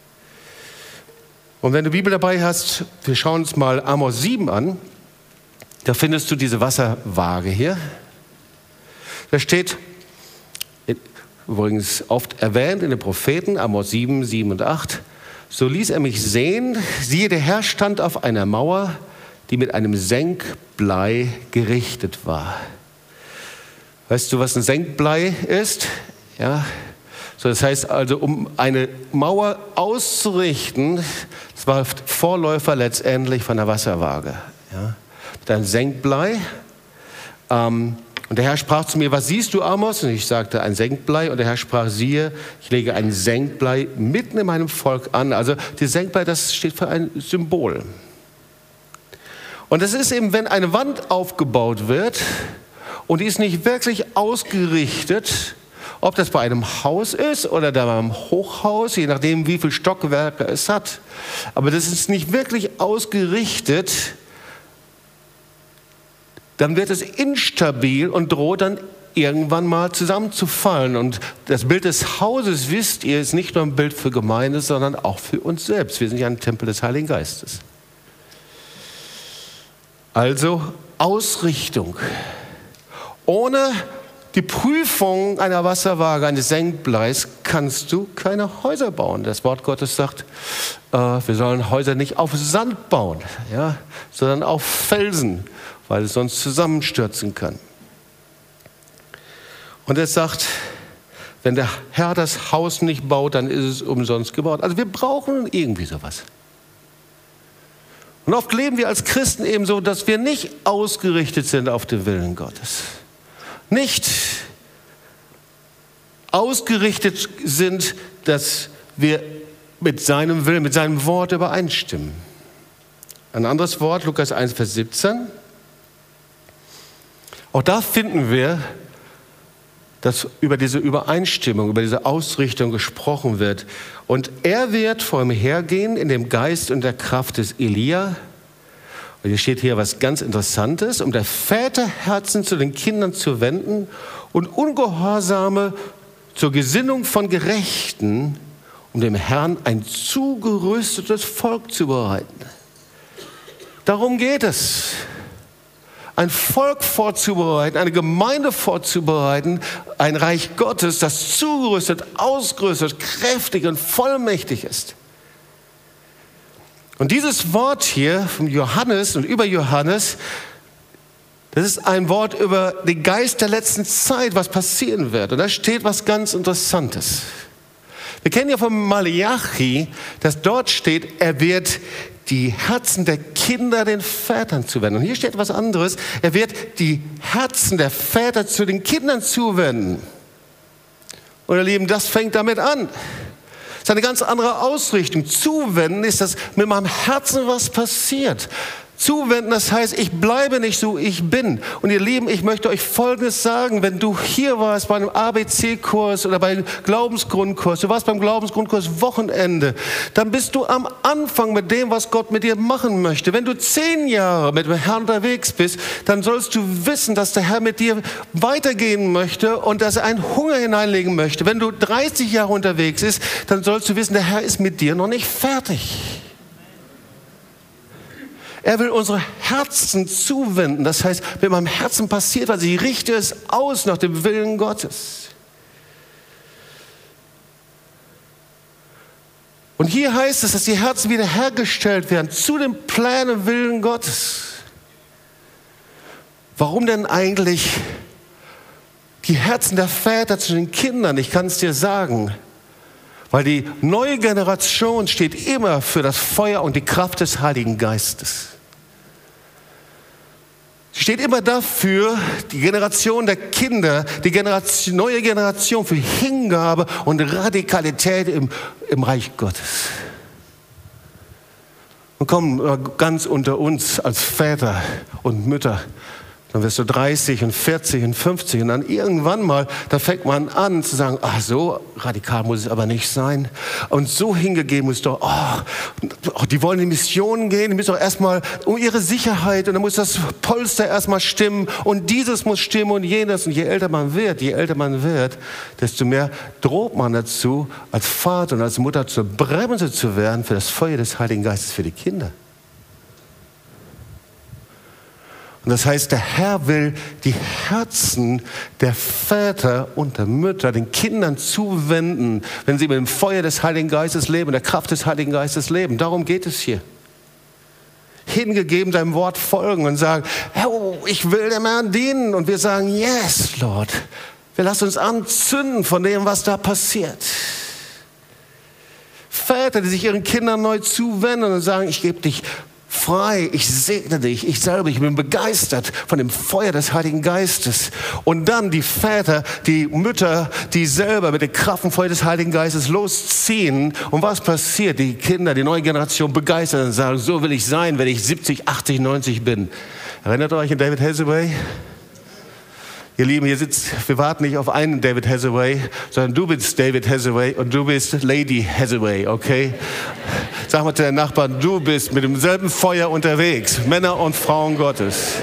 Und wenn du Bibel dabei hast, wir schauen uns mal Amos 7 an. Da findest du diese Wasserwaage hier. Da steht, übrigens oft erwähnt in den Propheten, Amos 7, 7 und 8, so ließ er mich sehen, siehe, der Herr stand auf einer Mauer, die mit einem Senkblei gerichtet war. Weißt du, was ein Senkblei ist? Ja. So, das heißt also, um eine Mauer auszurichten, das war Vorläufer letztendlich von der Wasserwaage. Ja. Mit einem Senkblei. Und der Herr sprach zu mir, was siehst du, Amos? Und ich sagte, ein Senkblei. Und der Herr sprach, siehe, ich lege ein Senkblei mitten in meinem Volk an. Also die Senkblei, das steht für ein Symbol. Und das ist eben, wenn eine Wand aufgebaut wird und die ist nicht wirklich ausgerichtet, ob das bei einem Haus ist oder da beim Hochhaus, je nachdem, wie viele Stockwerke es hat. Aber das ist nicht wirklich ausgerichtet, dann wird es instabil und droht dann irgendwann mal zusammenzufallen. Und das Bild des Hauses, wisst ihr, ist nicht nur ein Bild für Gemeinde, sondern auch für uns selbst. Wir sind ja ein Tempel des Heiligen Geistes. Also Ausrichtung. Ohne die Prüfung einer Wasserwaage, eines Senkbleis, kannst du keine Häuser bauen. Das Wort Gottes sagt, wir sollen Häuser nicht auf Sand bauen, ja, sondern auf Felsen, weil es sonst zusammenstürzen kann. Und es sagt, wenn der Herr das Haus nicht baut, dann ist es umsonst gebaut. Also wir brauchen irgendwie sowas. Und oft leben wir als Christen eben so, dass wir nicht ausgerichtet sind auf den Willen Gottes. Nicht ausgerichtet sind, dass wir mit seinem Willen, mit seinem Wort übereinstimmen. Ein anderes Wort, Lukas 1, Vers 17. Auch da finden wir, dass über diese Übereinstimmung, über diese Ausrichtung gesprochen wird. Und er wird vor ihm hergehen in dem Geist und der Kraft des Elia. Und hier steht hier was ganz Interessantes, um der Väter Herzen zu den Kindern zu wenden und Ungehorsame zur Gesinnung von Gerechten, um dem Herrn ein zugerüstetes Volk zu bereiten. Darum geht es. Ein Volk vorzubereiten, eine Gemeinde vorzubereiten, ein Reich Gottes, das zugerüstet, ausgerüstet, kräftig und vollmächtig ist. Und dieses Wort hier von Johannes und über Johannes Das ist ein Wort über den Geist der letzten Zeit, was passieren wird. Und da steht was ganz Interessantes. Wir kennen ja von Malachi, dass dort steht, er wird die Herzen der Kinder den Vätern zuwenden. Und hier steht was anderes. Er wird die Herzen der Väter zu den Kindern zuwenden. Und ihr Lieben, das fängt damit an. Das ist eine ganz andere Ausrichtung. Zuwenden ist, dass mit meinem Herzen was passiert. Zuwenden, das heißt, ich bleibe nicht so, ich bin. Und ihr Lieben, ich möchte euch Folgendes sagen, wenn du hier warst bei einem ABC-Kurs oder beim Glaubensgrundkurs, du warst beim Glaubensgrundkurs Wochenende, dann bist du am Anfang mit dem, was Gott mit dir machen möchte. Wenn du 10 Jahre mit dem Herrn unterwegs bist, dann sollst du wissen, dass der Herr mit dir weitergehen möchte und dass er einen Hunger hineinlegen möchte. Wenn du 30 Jahre unterwegs bist, dann sollst du wissen, der Herr ist mit dir noch nicht fertig. Er will unsere Herzen zuwenden. Das heißt, mit meinem Herzen passiert was. Ich richte es aus nach dem Willen Gottes. Und hier heißt es, dass die Herzen wiederhergestellt werden zu dem Plänen und Willen Gottes. Warum denn eigentlich die Herzen der Väter zu den Kindern? Ich kann es dir sagen. Weil die neue Generation steht immer für das Feuer und die Kraft des Heiligen Geistes. Sie steht immer dafür, die Generation der Kinder, neue Generation für Hingabe und Radikalität im Reich Gottes. Und komm ganz unter uns als Väter und Mütter. Dann wirst du 30 und 40 und 50 und dann irgendwann mal, da fängt man an zu sagen, ach so radikal muss es aber nicht sein. Und so hingegeben ist doch, die wollen in Missionen gehen, die müssen doch erstmal um ihre Sicherheit und dann muss das Polster erstmal stimmen und dieses muss stimmen und jenes. Und je älter man wird, desto mehr droht man dazu, als Vater und als Mutter zur Bremse zu werden für das Feuer des Heiligen Geistes für die Kinder. Und das heißt, der Herr will die Herzen der Väter und der Mütter den Kindern zuwenden, wenn sie mit dem Feuer des Heiligen Geistes leben, der Kraft des Heiligen Geistes leben. Darum geht es hier. Hingegeben deinem Wort folgen und sagen, oh, ich will dem Herrn dienen. Und wir sagen, yes, Lord. Wir lassen uns anzünden von dem, was da passiert. Väter, die sich ihren Kindern neu zuwenden und sagen, ich gebe dich frei, ich segne dich, ich selber, ich bin begeistert von dem Feuer des Heiligen Geistes. Und dann die Väter, die Mütter, die selber mit der Kraft und Feuer des Heiligen Geistes losziehen. Und was passiert? Die Kinder, die neue Generation begeistert und sagen, so will ich sein, wenn ich 70, 80, 90 bin. Erinnert ihr euch an David Hathaway? Ihr Lieben, wir warten nicht auf einen David Hathaway, sondern du bist David Hathaway und du bist Lady Hathaway, okay? Sag mal zu deinen Nachbarn, du bist mit demselben Feuer unterwegs, Männer und Frauen Gottes.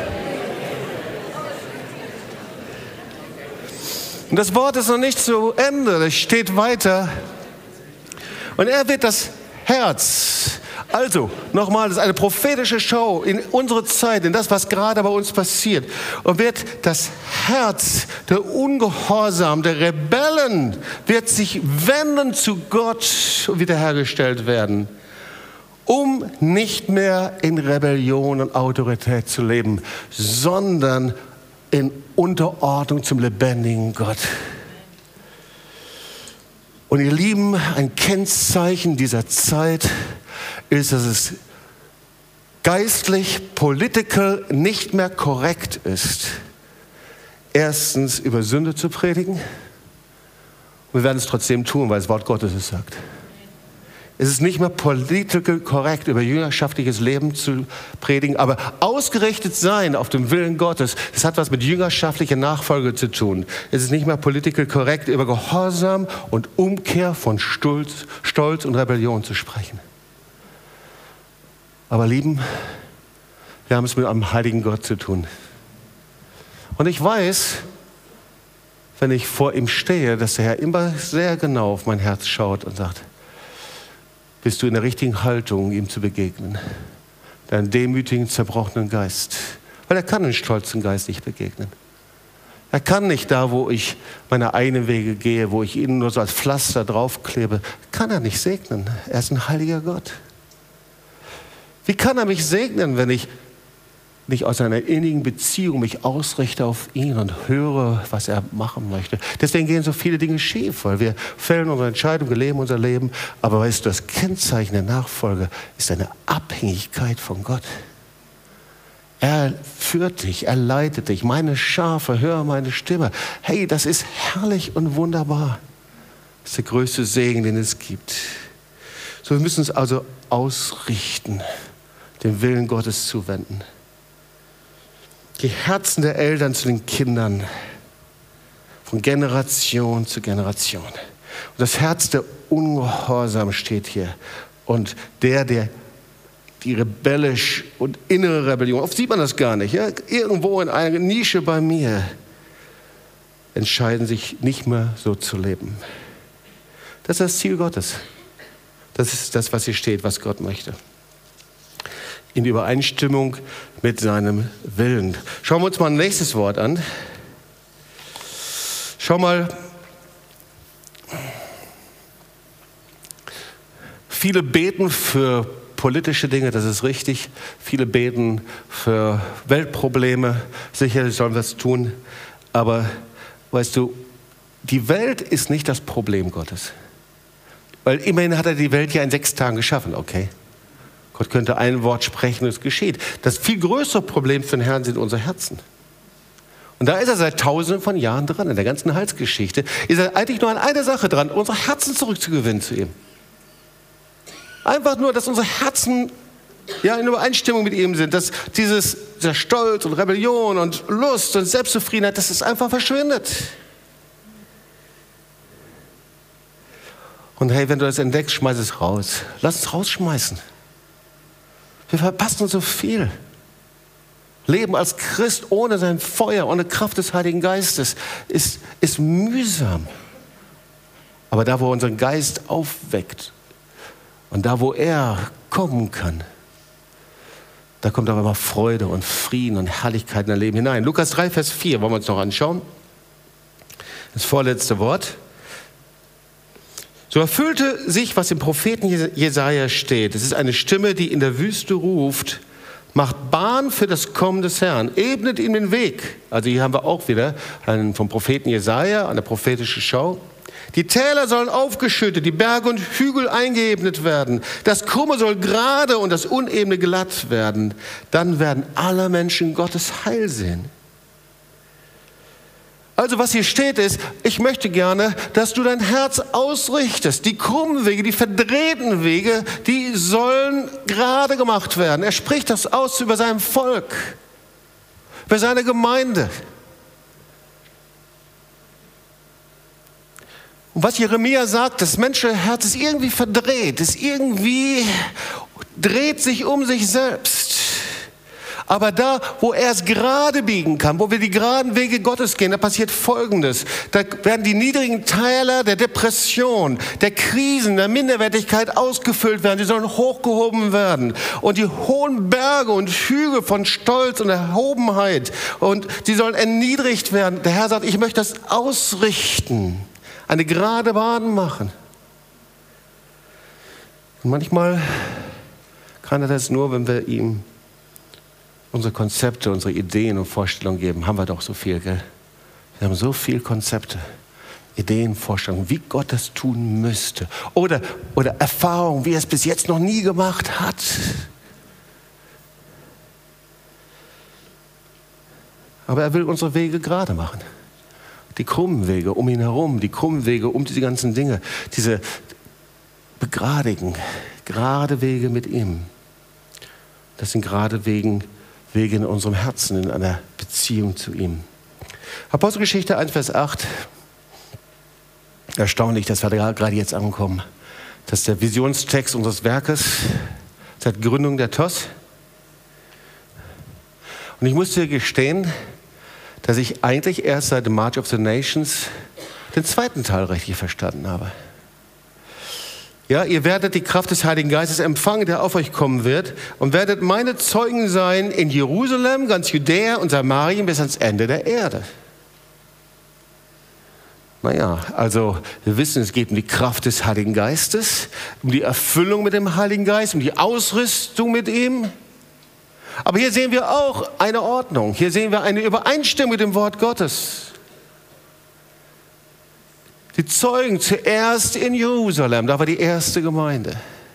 Und das Wort ist noch nicht zu Ende, es steht weiter. Und er wird das Herz, also nochmal, das ist eine prophetische Schau in unsere Zeit, in das, was gerade bei uns passiert. Und wird das Herz der Ungehorsam, der Rebellen, wird sich wenden zu Gott und wiederhergestellt werden, um nicht mehr in Rebellion und Autorität zu leben, sondern in Unterordnung zum lebendigen Gott. Und ihr Lieben, ein Kennzeichen dieser Zeit ist, dass es geistlich, political nicht mehr korrekt ist, erstens über Sünde zu predigen. Und wir werden es trotzdem tun, weil das Wort Gottes es sagt. Es ist nicht mehr political korrekt, über jüngerschaftliches Leben zu predigen, aber ausgerichtet sein auf den Willen Gottes, das hat was mit jüngerschaftlicher Nachfolge zu tun. Es ist nicht mehr political korrekt, über Gehorsam und Umkehr von Stolz und Rebellion zu sprechen. Aber Lieben, wir haben es mit einem heiligen Gott zu tun. Und ich weiß, wenn ich vor ihm stehe, dass der Herr immer sehr genau auf mein Herz schaut und sagt, bist du in der richtigen Haltung, ihm zu begegnen? Deinen demütigen, zerbrochenen Geist. Weil er kann den stolzen Geist nicht begegnen. Er kann nicht da, wo ich meine eigenen Wege gehe, wo ich ihn nur so als Pflaster draufklebe, kann er nicht segnen. Er ist ein heiliger Gott. Wie kann er mich segnen, wenn ich nicht aus einer innigen Beziehung mich ausrichte auf ihn und höre, was er machen möchte. Deswegen gehen so viele Dinge schief, weil wir fällen unsere Entscheidungen, wir leben unser Leben. Aber weißt du, das Kennzeichen der Nachfolge ist eine Abhängigkeit von Gott. Er führt dich, er leitet dich. Meine Schafe, höre meine Stimme. Hey, das ist herrlich und wunderbar. Das ist der größte Segen, den es gibt. So, wir müssen uns also ausrichten, dem Willen Gottes zuwenden. Die Herzen der Eltern zu den Kindern, von Generation zu Generation. Und das Herz der Ungehorsam steht hier. Und die rebellisch und innere Rebellion, oft sieht man das gar nicht, ja? Irgendwo in einer Nische bei mir, entscheiden sich nicht mehr so zu leben. Das ist das Ziel Gottes. Das ist das, was hier steht, was Gott möchte. In Übereinstimmung mit seinem Willen. Schauen wir uns mal ein nächstes Wort an. Schau mal. Viele beten für politische Dinge, das ist richtig. Viele beten für Weltprobleme. Sicherlich sollen wir es tun. Aber weißt du, die Welt ist nicht das Problem Gottes. Weil immerhin hat er die Welt ja in 6 Tagen geschaffen, okay? Gott könnte ein Wort sprechen und es geschieht. Das viel größere Problem für den Herrn sind unsere Herzen. Und da ist er seit Tausenden von Jahren dran, in der ganzen Heilsgeschichte. Ist er eigentlich nur an einer Sache dran, unsere Herzen zurückzugewinnen zu ihm. Einfach nur, dass unsere Herzen ja, in Übereinstimmung mit ihm sind, dass dieser Stolz und Rebellion und Lust und Selbstzufriedenheit, dass es einfach verschwindet. Und hey, wenn du das entdeckst, schmeiß es raus. Lass es rausschmeißen. Wir verpassen so viel. Leben als Christ ohne sein Feuer, ohne Kraft des Heiligen Geistes ist mühsam. Aber da, wo er unseren Geist aufweckt und da, wo er kommen kann, da kommt aber immer Freude und Frieden und Herrlichkeit in dein Leben hinein. Lukas 3, Vers 4 wollen wir uns noch anschauen. Das vorletzte Wort. So erfüllte sich, was im Propheten Jesaja steht. Es ist eine Stimme, die in der Wüste ruft, macht Bahn für das Kommen des Herrn, ebnet ihm den Weg. Also hier haben wir auch wieder einen vom Propheten Jesaja, eine prophetische Schau. Die Täler sollen aufgeschüttet, die Berge und Hügel eingeebnet werden. Das Krumme soll gerade und das Unebene glatt werden. Dann werden alle Menschen Gottes Heil sehen. Also was hier steht ist, ich möchte gerne, dass du dein Herz ausrichtest. Die krummen Wege, die verdrehten Wege, die sollen gerade gemacht werden. Er spricht das aus über sein Volk, über seine Gemeinde. Und was Jeremia sagt, das menschliche Herz ist irgendwie verdreht, dreht sich um sich selbst. Aber da, wo er es gerade biegen kann, wo wir die geraden Wege Gottes gehen, da passiert Folgendes. Da werden die niedrigen Täler der Depression, der Krisen, der Minderwertigkeit ausgefüllt werden. Sie sollen hochgehoben werden. Und die hohen Berge und Hügel von Stolz und Erhobenheit, und sie sollen erniedrigt werden. Der Herr sagt, ich möchte das ausrichten, eine gerade Bahn machen. Und manchmal kann er das nur, wenn wir ihm unsere Konzepte, unsere Ideen und Vorstellungen geben. Haben wir doch so viel, gell? Wir haben so viele Konzepte, Ideen, Vorstellungen, wie Gott das tun müsste. Oder Erfahrungen, wie er es bis jetzt noch nie gemacht hat. Aber er will unsere Wege gerade machen. Die krummen Wege um ihn herum, die krummen Wege um diese ganzen Dinge. Diese begradigen, gerade Wege mit ihm. Das sind gerade Wege in unserem Herzen, in einer Beziehung zu ihm. Apostelgeschichte 1, Vers 8. Erstaunlich, dass wir da gerade jetzt ankommen. Das ist der Visionstext unseres Werkes seit Gründung der TOS. Und ich muss dir gestehen, dass ich eigentlich erst seit dem March of the Nations den zweiten Teil richtig verstanden habe. Ja, ihr werdet die Kraft des Heiligen Geistes empfangen, der auf euch kommen wird, und werdet meine Zeugen sein in Jerusalem, ganz Judäa und Samarien bis ans Ende der Erde. Naja, also wir wissen, es geht um die Kraft des Heiligen Geistes, um die Erfüllung mit dem Heiligen Geist, um die Ausrüstung mit ihm. Aber hier sehen wir auch eine Ordnung. Hier sehen wir eine Übereinstimmung mit dem Wort Gottes. Die Zeugen zuerst in Jerusalem, da war die erste Gemeinde.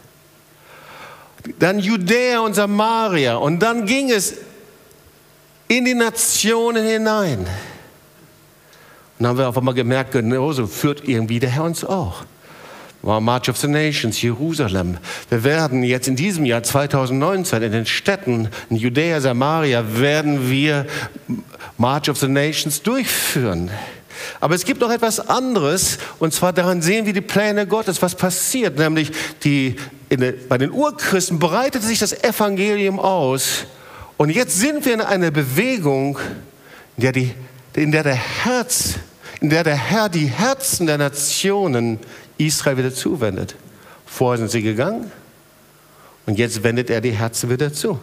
Dann Judäa und Samaria und dann ging es in die Nationen hinein. Und dann haben wir auf einmal gemerkt, genauso führt irgendwie der Herr uns auch. War March of the Nations, Jerusalem. Wir werden jetzt in diesem Jahr 2019 in den Städten, in Judäa, Samaria, werden wir March of the Nations durchführen. Aber es gibt noch etwas anderes, und zwar daran sehen wir die Pläne Gottes, was passiert. Nämlich bei den Urchristen breitete sich das Evangelium aus. Und jetzt sind wir in einer Bewegung, in der der Herr die Herzen der Nationen Israel wieder zuwendet. Vorher sind sie gegangen und jetzt wendet er die Herzen wieder zu.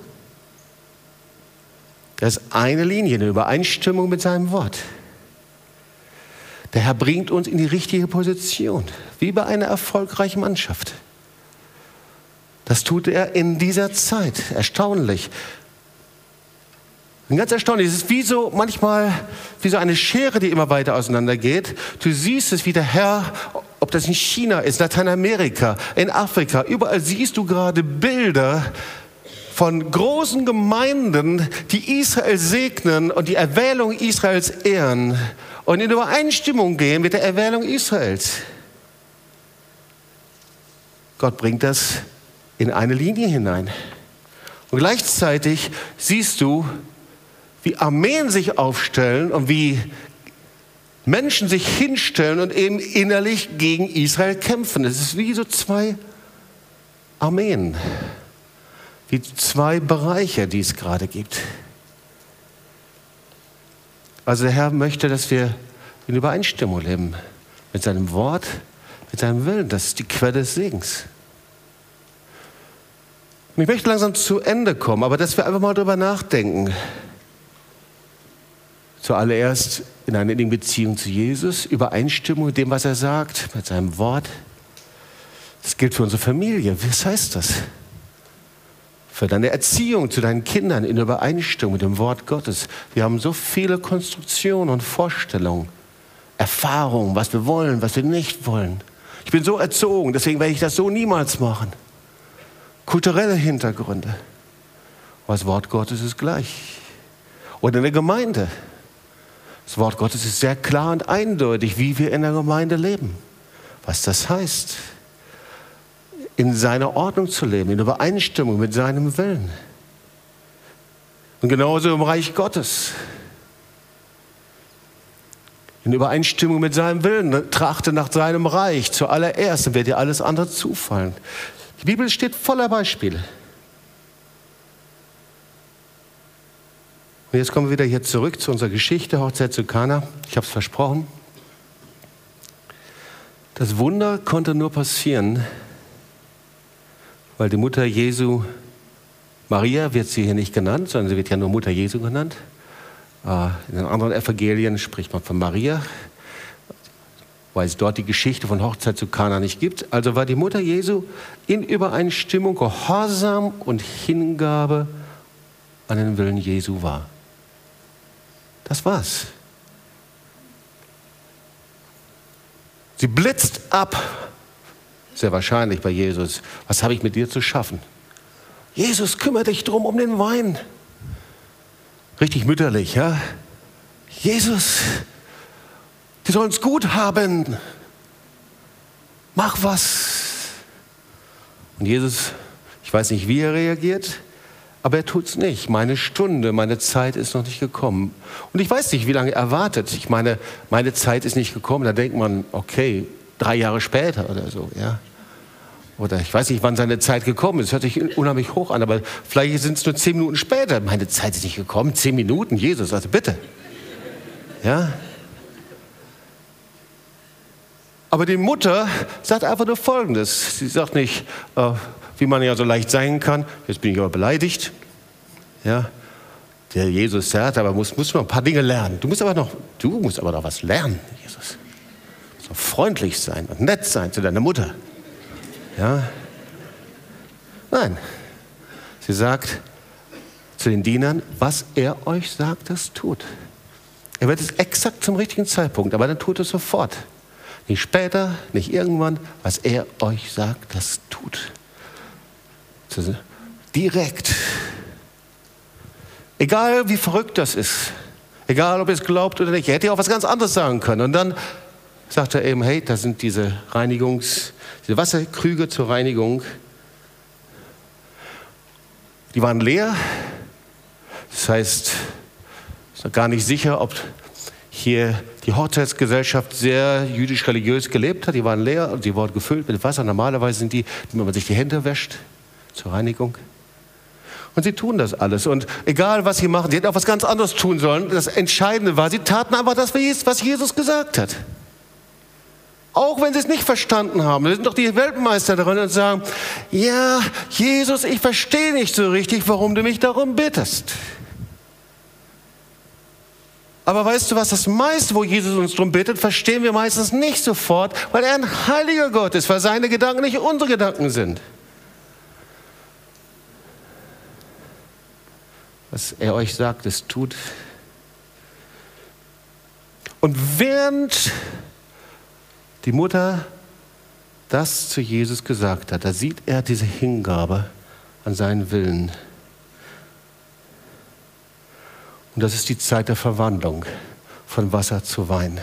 Das ist eine Linie, eine Übereinstimmung mit seinem Wort. Der Herr bringt uns in die richtige Position, wie bei einer erfolgreichen Mannschaft. Das tut er in dieser Zeit. Erstaunlich. Und ganz erstaunlich. Es ist manchmal wie so eine Schere, die immer weiter auseinandergeht. Du siehst es, wie der Herr, ob das in China ist, Lateinamerika, in Afrika, überall siehst du gerade Bilder von großen Gemeinden, die Israel segnen und die Erwählung Israels ehren und in Übereinstimmung gehen mit der Erwählung Israels. Gott bringt das in eine Linie hinein. Und gleichzeitig siehst du, wie Armeen sich aufstellen und wie Menschen sich hinstellen und eben innerlich gegen Israel kämpfen. Es ist wie so zwei Armeen, wie zwei Bereiche, die es gerade gibt. Also der Herr möchte, dass wir in Übereinstimmung leben mit seinem Wort, mit seinem Willen. Das ist die Quelle des Segens. Und ich möchte langsam zu Ende kommen, aber dass wir einfach mal drüber nachdenken. Zuallererst in einer innigen Beziehung zu Jesus, Übereinstimmung mit dem, was er sagt, mit seinem Wort. Das gilt für unsere Familie. Was heißt das? Für deine Erziehung zu deinen Kindern in Übereinstimmung mit dem Wort Gottes. Wir haben so viele Konstruktionen und Vorstellungen, Erfahrungen, was wir wollen, was wir nicht wollen. Ich bin so erzogen, deswegen werde ich das so niemals machen. Kulturelle Hintergründe. Aber das Wort Gottes ist gleich. Oder in der Gemeinde. Das Wort Gottes ist sehr klar und eindeutig, wie wir in der Gemeinde leben. Was das heißt, in seiner Ordnung zu leben, in Übereinstimmung mit seinem Willen. Und genauso im Reich Gottes. In Übereinstimmung mit seinem Willen, trachte nach seinem Reich zuallererst, dann wird dir alles andere zufallen. Die Bibel steht voller Beispiele. Und jetzt kommen wir wieder hier zurück zu unserer Geschichte, Hochzeit zu Kana. Ich habe es versprochen. Das Wunder konnte nur passieren, weil die Mutter Jesu, Maria wird sie hier nicht genannt, sondern sie wird ja nur Mutter Jesu genannt. In den anderen Evangelien spricht man von Maria, weil es dort die Geschichte von Hochzeit zu Kana nicht gibt. Also war die Mutter Jesu in Übereinstimmung, Gehorsam und Hingabe an den Willen Jesu war. Das war's. Sie blitzt ab, sehr wahrscheinlich bei Jesus. Was habe ich mit dir zu schaffen? Jesus, kümmere dich drum um den Wein. Richtig mütterlich, ja? Jesus, die sollen es gut haben. Mach was. Und Jesus, ich weiß nicht, wie er reagiert, aber er tut es nicht. Meine Stunde, meine Zeit ist noch nicht gekommen. Und ich weiß nicht, wie lange er wartet. Ich meine, meine Zeit ist nicht gekommen. Da denkt man, okay, 3 Jahre später oder so, ja. Oder ich weiß nicht, wann seine Zeit gekommen ist. Das hört sich unheimlich hoch an, aber vielleicht sind es nur 10 Minuten später. Meine Zeit ist nicht gekommen. 10 Minuten, Jesus, also bitte. Ja. Aber die Mutter sagt einfach nur Folgendes. Sie sagt nicht, wie man ja so leicht sein kann, jetzt bin ich aber beleidigt. Ja, der Jesus sagt, aber muss noch ein paar Dinge lernen. Du musst aber noch was lernen, Jesus. Du musst noch freundlich sein und nett sein zu deiner Mutter. Ja. Nein. Sie sagt zu den Dienern, was er euch sagt, das tut. Er wird es exakt zum richtigen Zeitpunkt, aber dann tut es sofort. Nicht später, nicht irgendwann, was er euch sagt, das tut. Direkt. Egal wie verrückt das ist, egal ob ihr es glaubt oder nicht, er hätte ja auch was ganz anderes sagen können. Und dann sagt er eben, hey, da sind diese Wasserkrüge zur Reinigung. Die waren leer. Das heißt, es ist noch gar nicht sicher, ob hier die Hochzeitsgesellschaft sehr jüdisch-religiös gelebt hat. Die waren leer und die wurden gefüllt mit Wasser. Normalerweise sind die, wenn man sich die Hände wäscht, zur Reinigung. Und sie tun das alles. Und egal, was sie machen, sie hätten auch was ganz anderes tun sollen. Das Entscheidende war, sie taten einfach das, was Jesus gesagt hat. Auch wenn sie es nicht verstanden haben. Wir sind doch die Weltmeister darin und sagen, ja, Jesus, ich verstehe nicht so richtig, warum du mich darum bittest. Aber weißt du was, das meiste, wo Jesus uns darum bittet, verstehen wir meistens nicht sofort, weil er ein heiliger Gott ist, weil seine Gedanken nicht unsere Gedanken sind. Was er euch sagt, es tut. Und während die Mutter das zu Jesus gesagt hat, da sieht er diese Hingabe an seinen Willen. Und das ist die Zeit der Verwandlung von Wasser zu Wein.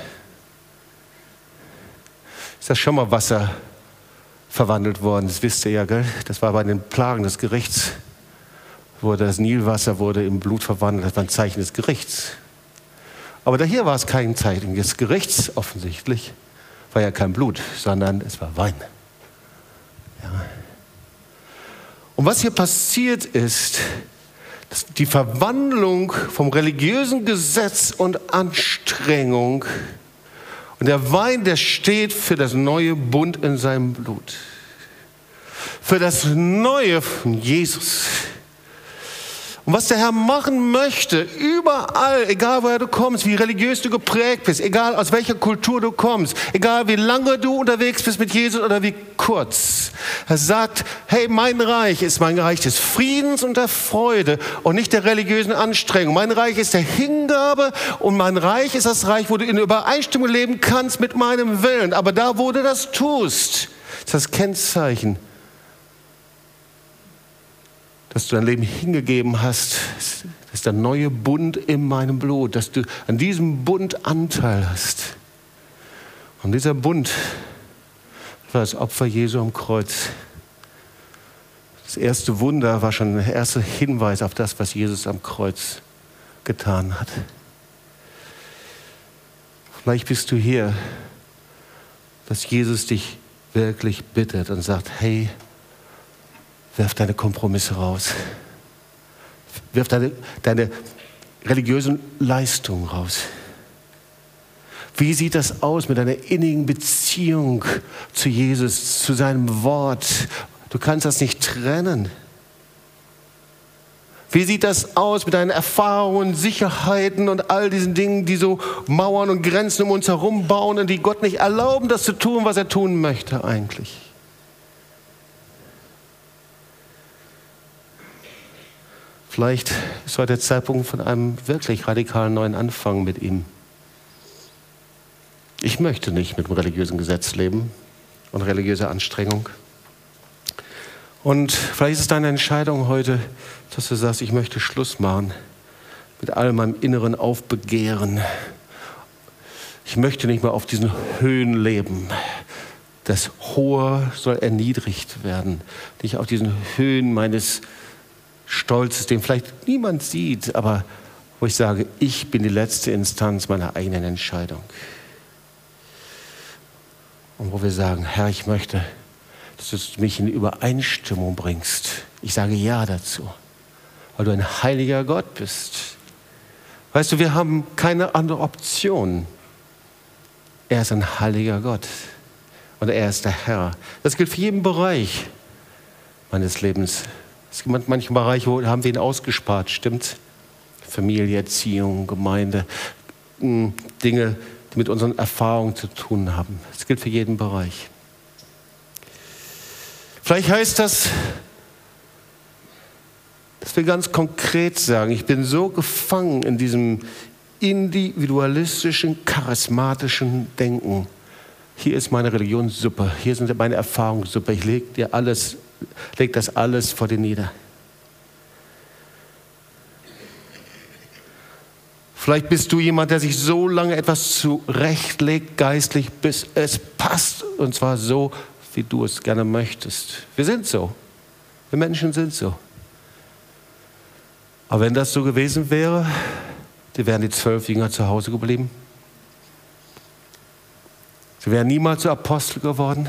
Ist das schon mal Wasser verwandelt worden? Das wisst ihr ja, gell? Das war bei den Plagen des Gerichts. Das Nilwasser wurde in Blut verwandelt. Das war ein Zeichen des Gerichts. Aber hier war es kein Zeichen des Gerichts offensichtlich. War ja kein Blut, sondern es war Wein. Ja. Und was hier passiert ist, dass die Verwandlung vom religiösen Gesetz und Anstrengung und der Wein, der steht für das neue Bund in seinem Blut. Für das Neue von Jesus. Und was der Herr machen möchte, überall, egal woher du kommst, wie religiös du geprägt bist, egal aus welcher Kultur du kommst, egal wie lange du unterwegs bist mit Jesus oder wie kurz. Er sagt, hey, mein Reich ist mein Reich des Friedens und der Freude und nicht der religiösen Anstrengung. Mein Reich ist der Hingabe und mein Reich ist das Reich, wo du in Übereinstimmung leben kannst mit meinem Willen. Aber da, wo du das tust, ist das Kennzeichen, dass du dein Leben hingegeben hast, das ist der neue Bund in meinem Blut, dass du an diesem Bund Anteil hast. Und dieser Bund war das Opfer Jesu am Kreuz. Das erste Wunder war schon der erste Hinweis auf das, was Jesus am Kreuz getan hat. Vielleicht bist du hier, dass Jesus dich wirklich bittet und sagt, hey, wirf deine Kompromisse raus. Wirf deine religiösen Leistungen raus. Wie sieht das aus mit deiner innigen Beziehung zu Jesus, zu seinem Wort? Du kannst das nicht trennen. Wie sieht das aus mit deinen Erfahrungen, Sicherheiten und all diesen Dingen, die so Mauern und Grenzen um uns herum bauen und die Gott nicht erlauben, das zu tun, was er tun möchte eigentlich? Vielleicht ist heute der Zeitpunkt von einem wirklich radikalen neuen Anfang mit ihm. Ich möchte nicht mit dem religiösen Gesetz leben und religiöser Anstrengung. Und vielleicht ist es deine Entscheidung heute, dass du sagst, ich möchte Schluss machen mit all meinem inneren Aufbegehren. Ich möchte nicht mehr auf diesen Höhen leben. Das Hohe soll erniedrigt werden. Nicht auf diesen Höhen meines Stolzes, den vielleicht niemand sieht, aber wo ich sage, ich bin die letzte Instanz meiner eigenen Entscheidung. Und wo wir sagen, Herr, ich möchte, dass du mich in Übereinstimmung bringst. Ich sage Ja dazu, weil du ein heiliger Gott bist. Weißt du, wir haben keine andere Option. Er ist ein heiliger Gott und er ist der Herr. Das gilt für jeden Bereich meines Lebens. Es gibt manche Bereiche, wo haben wir ihn ausgespart, stimmt? Familie, Erziehung, Gemeinde, Dinge, die mit unseren Erfahrungen zu tun haben. Das gilt für jeden Bereich. Vielleicht heißt das, dass will ganz konkret sagen, ich bin so gefangen in diesem individualistischen, charismatischen Denken. Hier ist meine Religion super, hier sind meine Erfahrungen super, ich leg das alles vor dir nieder. Vielleicht bist du jemand, der sich so lange etwas zurechtlegt, geistlich, bis es passt. Und zwar so, wie du es gerne möchtest. Wir sind so. Wir Menschen sind so. Aber wenn das so gewesen wäre, dann wären die 12 Jünger zu Hause geblieben. Sie wären niemals zu Apostel geworden.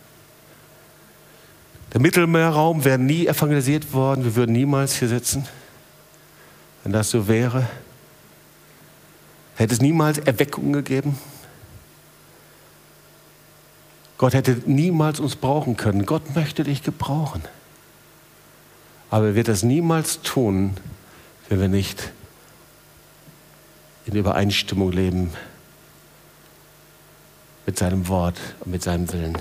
Der Mittelmeerraum wäre nie evangelisiert worden. Wir würden niemals hier sitzen. Wenn das so wäre, hätte es niemals Erweckung gegeben. Gott hätte niemals uns brauchen können. Gott möchte dich gebrauchen. Aber er wird das niemals tun, wenn wir nicht in Übereinstimmung leben mit seinem Wort und mit seinem Willen.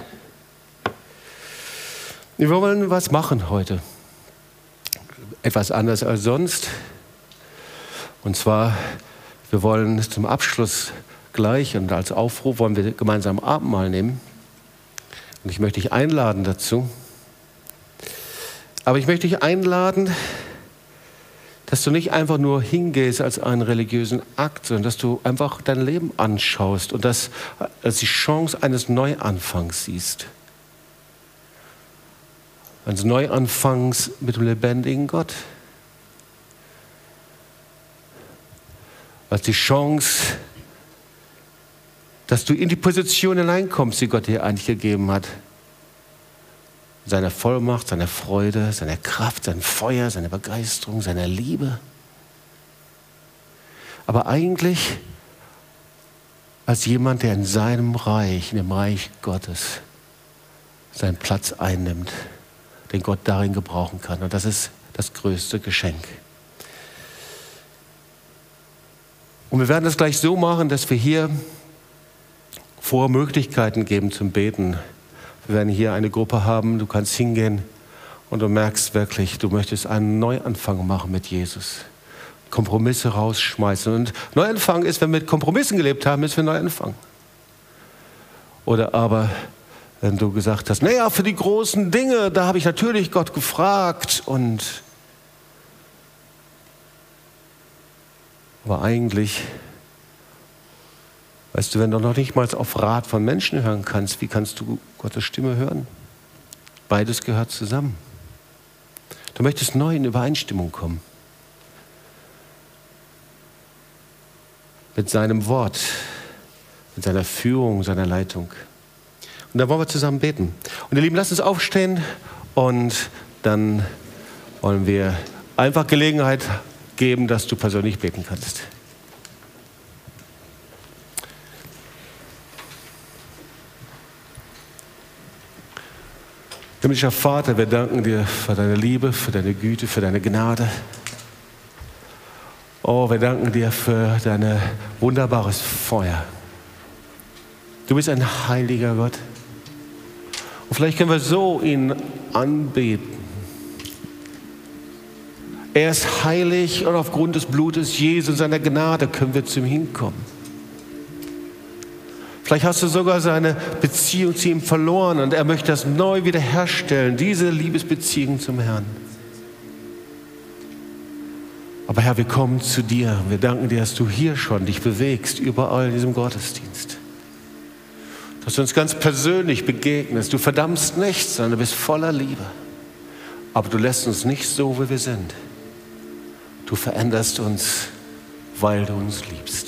Wir wollen was machen heute. Etwas anders als sonst. Und zwar, wir wollen zum Abschluss gleich und als Aufruf wollen wir gemeinsam Abendmahl nehmen. Und ich möchte dich einladen dazu. Aber ich möchte dich einladen, dass du nicht einfach nur hingehst als einen religiösen Akt, sondern dass du einfach dein Leben anschaust und das als die Chance eines Neuanfangs siehst. Eines Neuanfangs mit dem lebendigen Gott. Als die Chance, dass du in die Position hineinkommst, die Gott dir eigentlich gegeben hat. Seiner Vollmacht, seiner Freude, seiner Kraft, sein Feuer, seiner Begeisterung, seiner Liebe. Aber eigentlich als jemand, der in seinem Reich, in dem Reich Gottes, seinen Platz einnimmt, den Gott darin gebrauchen kann. Und das ist das größte Geschenk. Und wir werden das gleich so machen, dass wir hier vor Möglichkeiten geben zum Beten. Wir werden hier eine Gruppe haben, du kannst hingehen und du merkst wirklich, du möchtest einen Neuanfang machen mit Jesus. Kompromisse rausschmeißen. Und Neuanfang ist, wenn wir mit Kompromissen gelebt haben, ist für Neuanfang. Oder aber, wenn du gesagt hast, naja, für die großen Dinge, da habe ich natürlich Gott gefragt aber eigentlich, weißt du, wenn du noch nicht mal auf Rat von Menschen hören kannst, wie kannst du Gottes Stimme hören? Beides gehört zusammen. Du möchtest neu in Übereinstimmung kommen. Mit seinem Wort, mit seiner Führung, seiner Leitung. Und da wollen wir zusammen beten. Und ihr Lieben, lasst uns aufstehen und dann wollen wir einfach Gelegenheit geben, dass du persönlich beten kannst. Himmlischer Vater, wir danken dir für deine Liebe, für deine Güte, für deine Gnade. Oh, wir danken dir für dein wunderbares Feuer. Du bist ein heiliger Gott. Und vielleicht können wir so ihn anbeten. Er ist heilig und aufgrund des Blutes Jesu und seiner Gnade können wir zu ihm hinkommen. Vielleicht hast du sogar seine Beziehung zu ihm verloren und er möchte das neu wiederherstellen, diese Liebesbeziehung zum Herrn. Aber Herr, wir kommen zu dir. Wir danken dir, dass du hier schon dich bewegst, überall in diesem Gottesdienst. Dass du uns ganz persönlich begegnest. Du verdammst nichts, sondern du bist voller Liebe. Aber du lässt uns nicht so, wie wir sind. Du veränderst uns, weil du uns liebst.